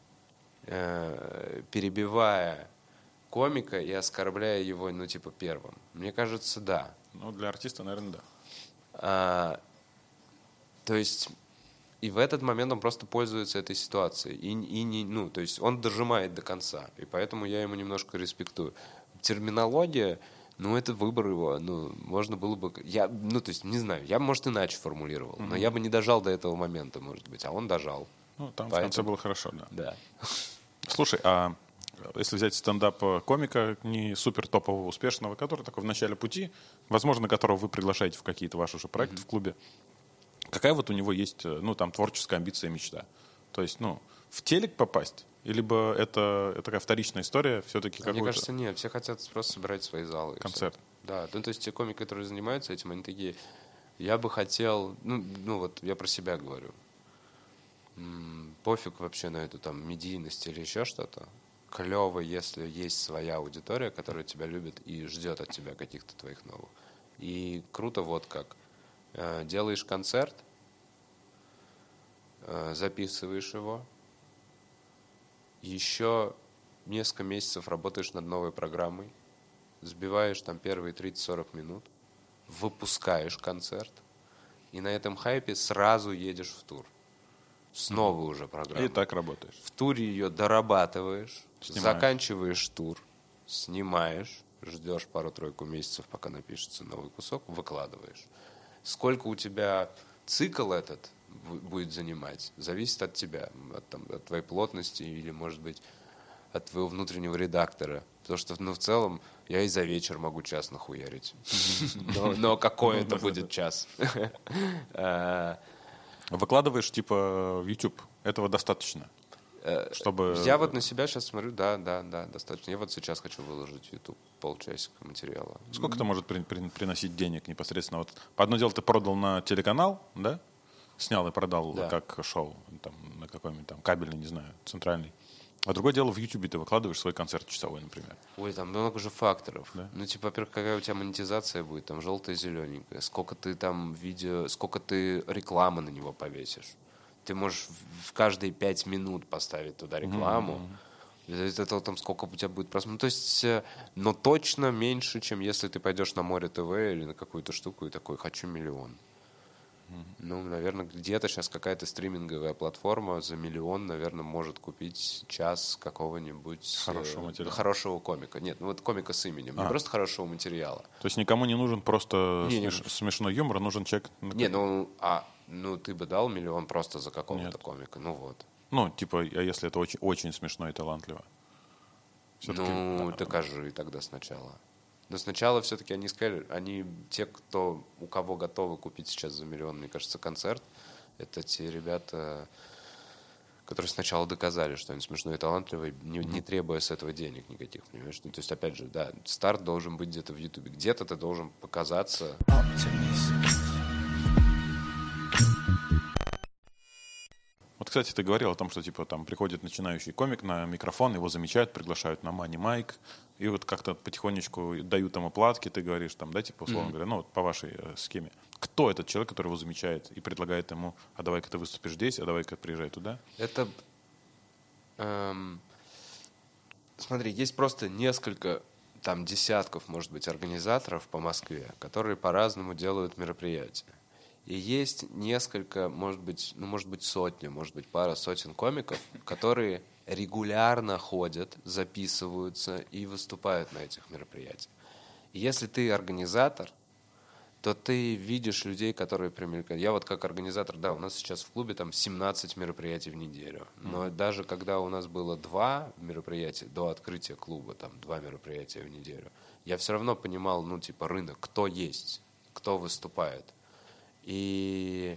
перебивая комика и оскорбляя его, первым. Мне кажется, да. Для артиста, наверное, да. То есть и в этот момент он просто пользуется этой ситуацией. То есть он дожимает до конца. И поэтому я ему немножко респектую. Терминология, это выбор его. Можно было бы... то есть, не знаю, я, может, иначе формулировал. Но я бы не дожал до этого момента, может быть. А он дожал. Там в конце было хорошо, да. Да. Слушай, а если взять стендап-комика не супер топового, успешного, который такой в начале пути, возможно, которого вы приглашаете в какие-то ваши уже проекты в клубе, какая вот у него есть, творческая амбиция и мечта? То есть, в телек попасть? Либо это такая вторичная история, все-таки Мне кажется, нет. Все хотят просто собирать свои залы. Концерт. Да. То есть те комики, которые занимаются этим, они такие, я бы хотел, я про себя говорю. Пофиг вообще на эту медийность или еще что-то. Клево, если есть своя аудитория, которая тебя любит и ждет от тебя каких-то твоих новых. И круто вот как. Делаешь концерт, записываешь его, еще несколько месяцев работаешь над новой программой, сбиваешь первые 30-40 минут, выпускаешь концерт, и на этом хайпе сразу едешь в тур. С новой уже программой. И так работаешь. В туре ее дорабатываешь, Снимаешь. заканчиваешь тур, снимаешь, ждешь пару-тройку месяцев, пока напишется новый кусок, выкладываешь. Сколько у тебя цикл этот будет занимать, зависит от тебя, от твоей плотности или, может быть, от твоего внутреннего редактора. Потому что, в целом, я и за вечер могу час нахуярить. Но какой это будет час? Выкладываешь, в YouTube. Этого достаточно? Чтобы... Я вот на себя сейчас смотрю, да, достаточно. Я вот сейчас хочу выложить в YouTube полчасика материала. Сколько это может приносить денег непосредственно? Одно дело ты продал на телеканал, да? Снял и продал как шоу, на какой-нибудь кабельный, не знаю, центральный. А другое дело, в YouTube ты выкладываешь свой концерт часовой, например. Ой, там много же факторов. Да? Во-первых, какая у тебя монетизация будет, желтая, зелененькая, сколько ты видео, сколько ты рекламы на него повесишь. Ты можешь в каждые 5 минут поставить туда рекламу. Из этого сколько у тебя будет просмотров. То есть, но точно меньше, чем если ты пойдешь на Море ТВ или на какую-то штуку и такой, хочу 1 миллион. Наверное, где-то сейчас какая-то стриминговая платформа за 1 миллион, наверное, может купить час какого-нибудь хорошего комика. Нет, комика с именем, не просто хорошего материала. То есть никому не нужен просто смешной юмор, нужен человек... ты бы дал 1 миллион просто за какого-то комика, а если это очень, очень смешно и талантливо? Докажи тогда сначала. Но сначала все-таки они сказали, те, у кого готовы купить сейчас за 1 миллион, мне кажется, концерт, это те ребята, которые сначала доказали, что они смешной и талантливый, не требуя с этого денег никаких, понимаешь? То есть, опять же, да, старт должен быть где-то в Ютубе, где-то ты должен показаться. Вот, кстати, ты говорил о том, что приходит начинающий комик на микрофон, его замечают, приглашают на Money Mic, и вот как-то потихонечку дают ему платки, ты говоришь, условно говоря, по вашей схеме. Кто этот человек, который его замечает и предлагает ему, а давай-ка ты выступишь здесь, а давай-ка приезжай туда? Это, смотри, есть просто несколько, десятков, может быть, организаторов по Москве, которые по-разному делают мероприятия. И есть несколько, может быть, сотня, может быть, пара сотен комиков, которые регулярно ходят, записываются и выступают на этих мероприятиях. И если ты организатор, то ты видишь людей, которые примелькают. Я вот как организатор, да, у нас сейчас в клубе там 17 мероприятий в неделю. Но даже когда у нас было 2 мероприятия до открытия клуба, там 2 мероприятия в неделю, я все равно понимал, ну, типа, рынок, кто есть, кто выступает. И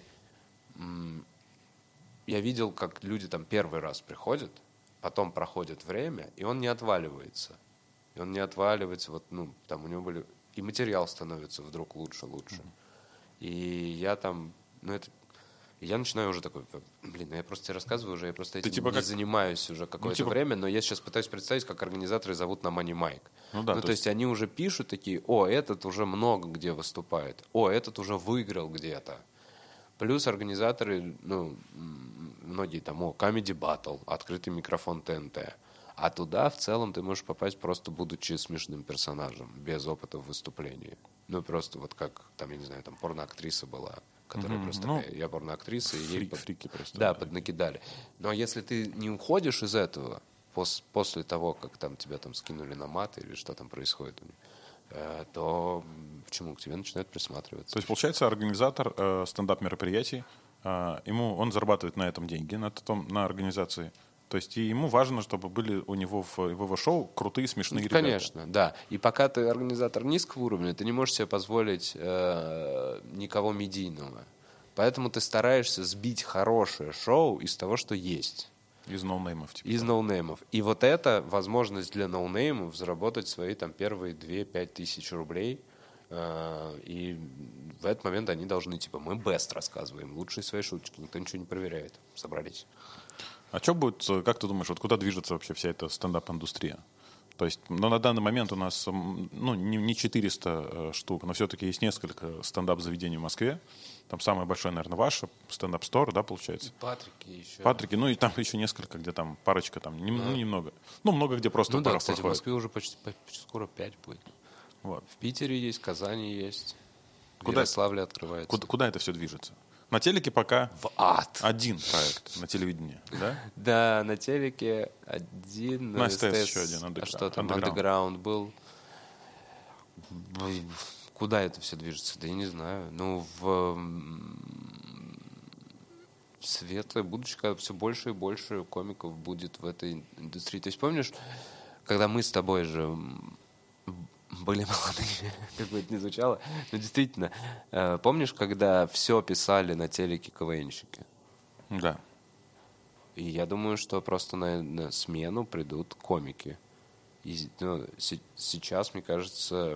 я видел, как люди там первый раз приходят, потом проходит время, и он не отваливается. И он не отваливается, вот, ну, там у него были... И материал становится вдруг лучше. И я там, ну, это... Я начинаю уже такой, блин, ну я просто тебе рассказываю уже, я просто этим типа не как... занимаюсь уже какое-то время, но я сейчас пытаюсь представить, как организаторы зовут на Money Mic. Ну, да, то есть они уже пишут такие, о, этот уже много где выступает, о, этот уже выиграл где-то. Плюс организаторы, ну, многие там, Comedy Battle, открытый микрофон ТНТ. А туда в целом ты можешь попасть просто будучи смешным персонажем, без опыта в выступлении. Ну, просто вот как, там, я не знаю, там порноактриса была, которая просто такая, я порноактриса, и ей фрики просто. Да, поднакидали. Но если ты не уходишь из этого, после того, как там тебя там скинули на мат или что там происходит у них, то почему к тебе начинают присматриваться? То есть, получается, организатор стендап-мероприятий, он зарабатывает на этом деньги, на организации. То есть и ему важно, чтобы были у него в его шоу крутые, смешные ребята. Конечно, да. И пока ты организатор низкого уровня, ты не можешь себе позволить никого медийного. Поэтому ты стараешься сбить хорошее шоу из того, что есть. Из ноунеймов. Типа. Из ноунеймов. И вот это возможность для ноунеймов заработать свои там первые 2-5 тысяч рублей. И в этот момент они должны, типа, мы бест рассказываем, лучшие свои шуточки, никто ничего не проверяет. Собрались. А что будет, как ты думаешь, вот куда движется вообще вся эта стендап-индустрия? То есть, на данный момент у нас, ну, не 400 штук, но все-таки есть несколько стендап-заведений в Москве. Там самое большое, наверное, ваше, стендап-стор, да, получается? Патрики еще. Патрики, ну и там еще несколько, где там парочка, там, ну, немного. Ну, много где просто да, кстати, проходит. в Москве уже почти скоро 5 будет. Вот. В Питере есть, в Казани есть, в Куда, Ярославле открывается. Куда это все движется? На телеке пока в ад. Один проект на телевидении, да? Да, на телеке один. На СТС еще один. А что там? Underground был. Куда это все движется? Да я не знаю. Ну, в светлое будущее, когда все больше и больше комиков будет в этой индустрии. То есть помнишь, когда мы с тобой же были молодыми, как бы это ни звучало, но действительно, помнишь, когда все писали на телеке КВНщики? Да. И я думаю, что просто на смену придут комики. И, ну, сейчас, мне кажется,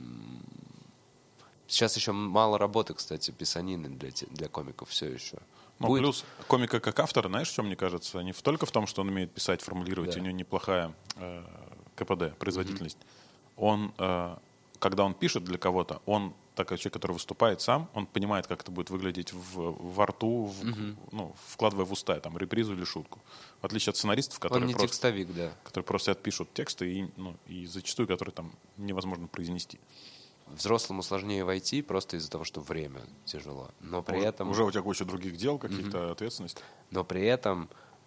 сейчас еще мало работы, кстати, писанины для комиков все еще. Ну, плюс комика как автора, знаешь, в чем, мне кажется, не только в том, что он умеет писать, формулировать, у него неплохая КПД, производительность. Он, когда он пишет для кого-то, он такой человек, который выступает сам, он понимает, как это будет выглядеть во рту, ну, вкладывая в уста, там, репризу или шутку. В отличие от сценаристов, которые, он не текстовик, да. которые просто отпишут тексты и зачастую, которые там невозможно произнести. Взрослому сложнее войти просто из-за того, что время тяжело. Но при этом... Уже у тебя куча других дел, каких-то ответственностей. Но при этом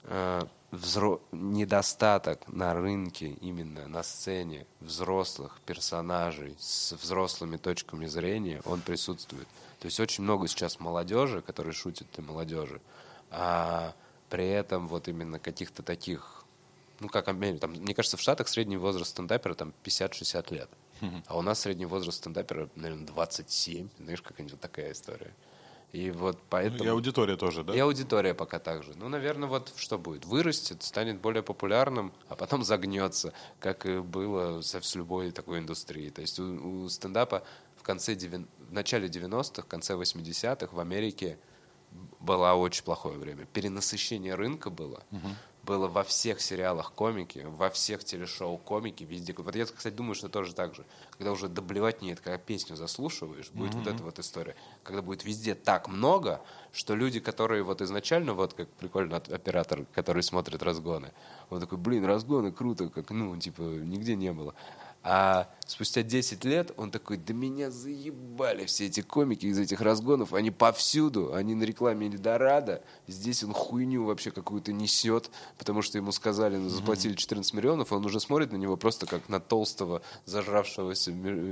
недостаток на рынке, именно на сцене взрослых персонажей с взрослыми точками зрения, он присутствует. То есть очень много сейчас молодежи, которые шутят для молодежи, а при этом вот именно каких-то таких, ну как там, мне кажется, в Штатах средний возраст стендапера там 50-60 лет. А у нас средний возраст стендапера, наверное, 27. Знаешь, какая-нибудь такая история. И вот поэтому... И аудитория тоже, да? И аудитория пока так же. Ну, наверное, вот что будет? Вырастет, станет более популярным, а потом загнется, как и было с любой такой индустрией. То есть у стендапа в начале 90-х, в конце 80-х в Америке было очень плохое время. Перенасыщение рынка было. Было во всех сериалах комики, во всех телешоу комики, везде. Вот я, кстати, думаю, что тоже так же. Когда уже доблевать нет, когда песню заслушиваешь, будет вот эта вот история. Когда будет везде так много, что люди, которые вот изначально, вот как прикольно оператор, который смотрит разгоны, он такой, блин, разгоны круто, как, ну, типа, нигде не было. А спустя 10 лет он такой: да меня заебали все эти комики из этих разгонов, они повсюду, они на рекламе Эльдорадо, здесь он хуйню вообще какую-то несет, потому что ему сказали, заплатили 14 миллионов, он уже смотрит на него просто как на толстого, зажравшегося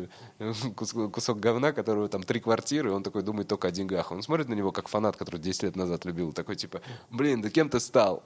кусок говна, которого там 3 квартиры, и он такой думает только о деньгах. Он смотрит на него как фанат, который 10 лет назад любил, такой типа: блин, да кем ты стал?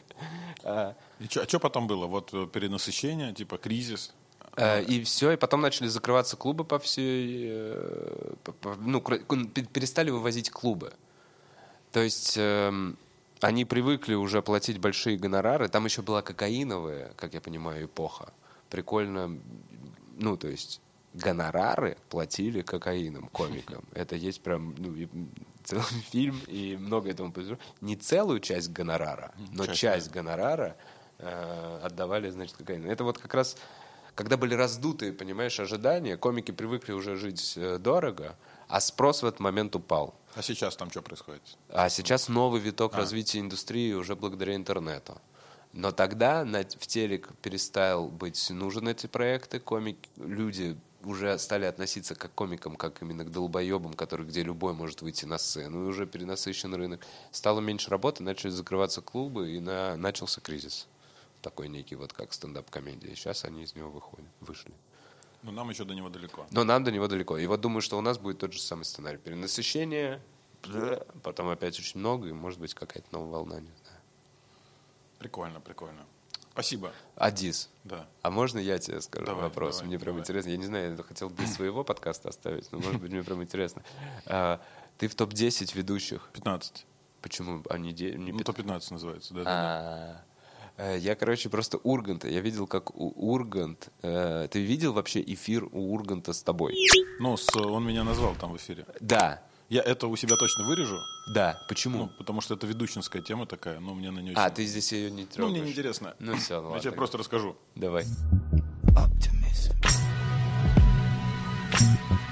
И что потом было? Вот перенасыщение, типа кризис? И все, и потом начали закрываться клубы по всей... Ну, перестали вывозить клубы. То есть они привыкли уже платить большие гонорары. Там еще была кокаиновая, как я понимаю, эпоха. Прикольно. Ну, то есть гонорары платили кокаином комикам. Это есть прям целый фильм, и много этому произошло. Не целую часть гонорара, но часть гонорара отдавали, значит, кокаину. Это вот как раз... Когда были раздутые, понимаешь, ожидания, комики привыкли уже жить дорого, а спрос в этот момент упал. А сейчас там что происходит? А сейчас новый виток развития индустрии уже благодаря интернету. Но тогда в телек перестал быть нужен эти проекты, люди уже стали относиться к комикам как именно к долбоебам, где любой может выйти на сцену, и уже перенасыщен рынок. Стало меньше работы, начали закрываться клубы, и начался кризис. Такой некий вот как стендап-комедия. Сейчас они из него вышли. Но нам еще до него далеко. Но нам до него далеко. И вот думаю, что у нас будет тот же самый сценарий. Перенасыщение, потом опять очень много, и может быть какая-то новая волна, не знаю. Прикольно, прикольно. Спасибо. Адис. Да. А можно я тебе скажу вопрос? Давай, мне прям интересно. Я не знаю, я хотел без своего подкаста оставить, но может быть мне прям интересно. Ты в топ-10 ведущих? 15. Почему? Они не топ-15 называется, да. Я, просто Урганта. Я видел, как Ургант... Ты видел вообще эфир у Урганта с тобой? Ну, он меня назвал там в эфире. Да. Я это у себя точно вырежу. Да. Почему? Ну, потому что это ведущинская тема такая, но мне на нее очень... ты здесь ее не трогаешь? Ну, мне неинтересно. Ну, все, ладно. Я тебе просто расскажу. Давай.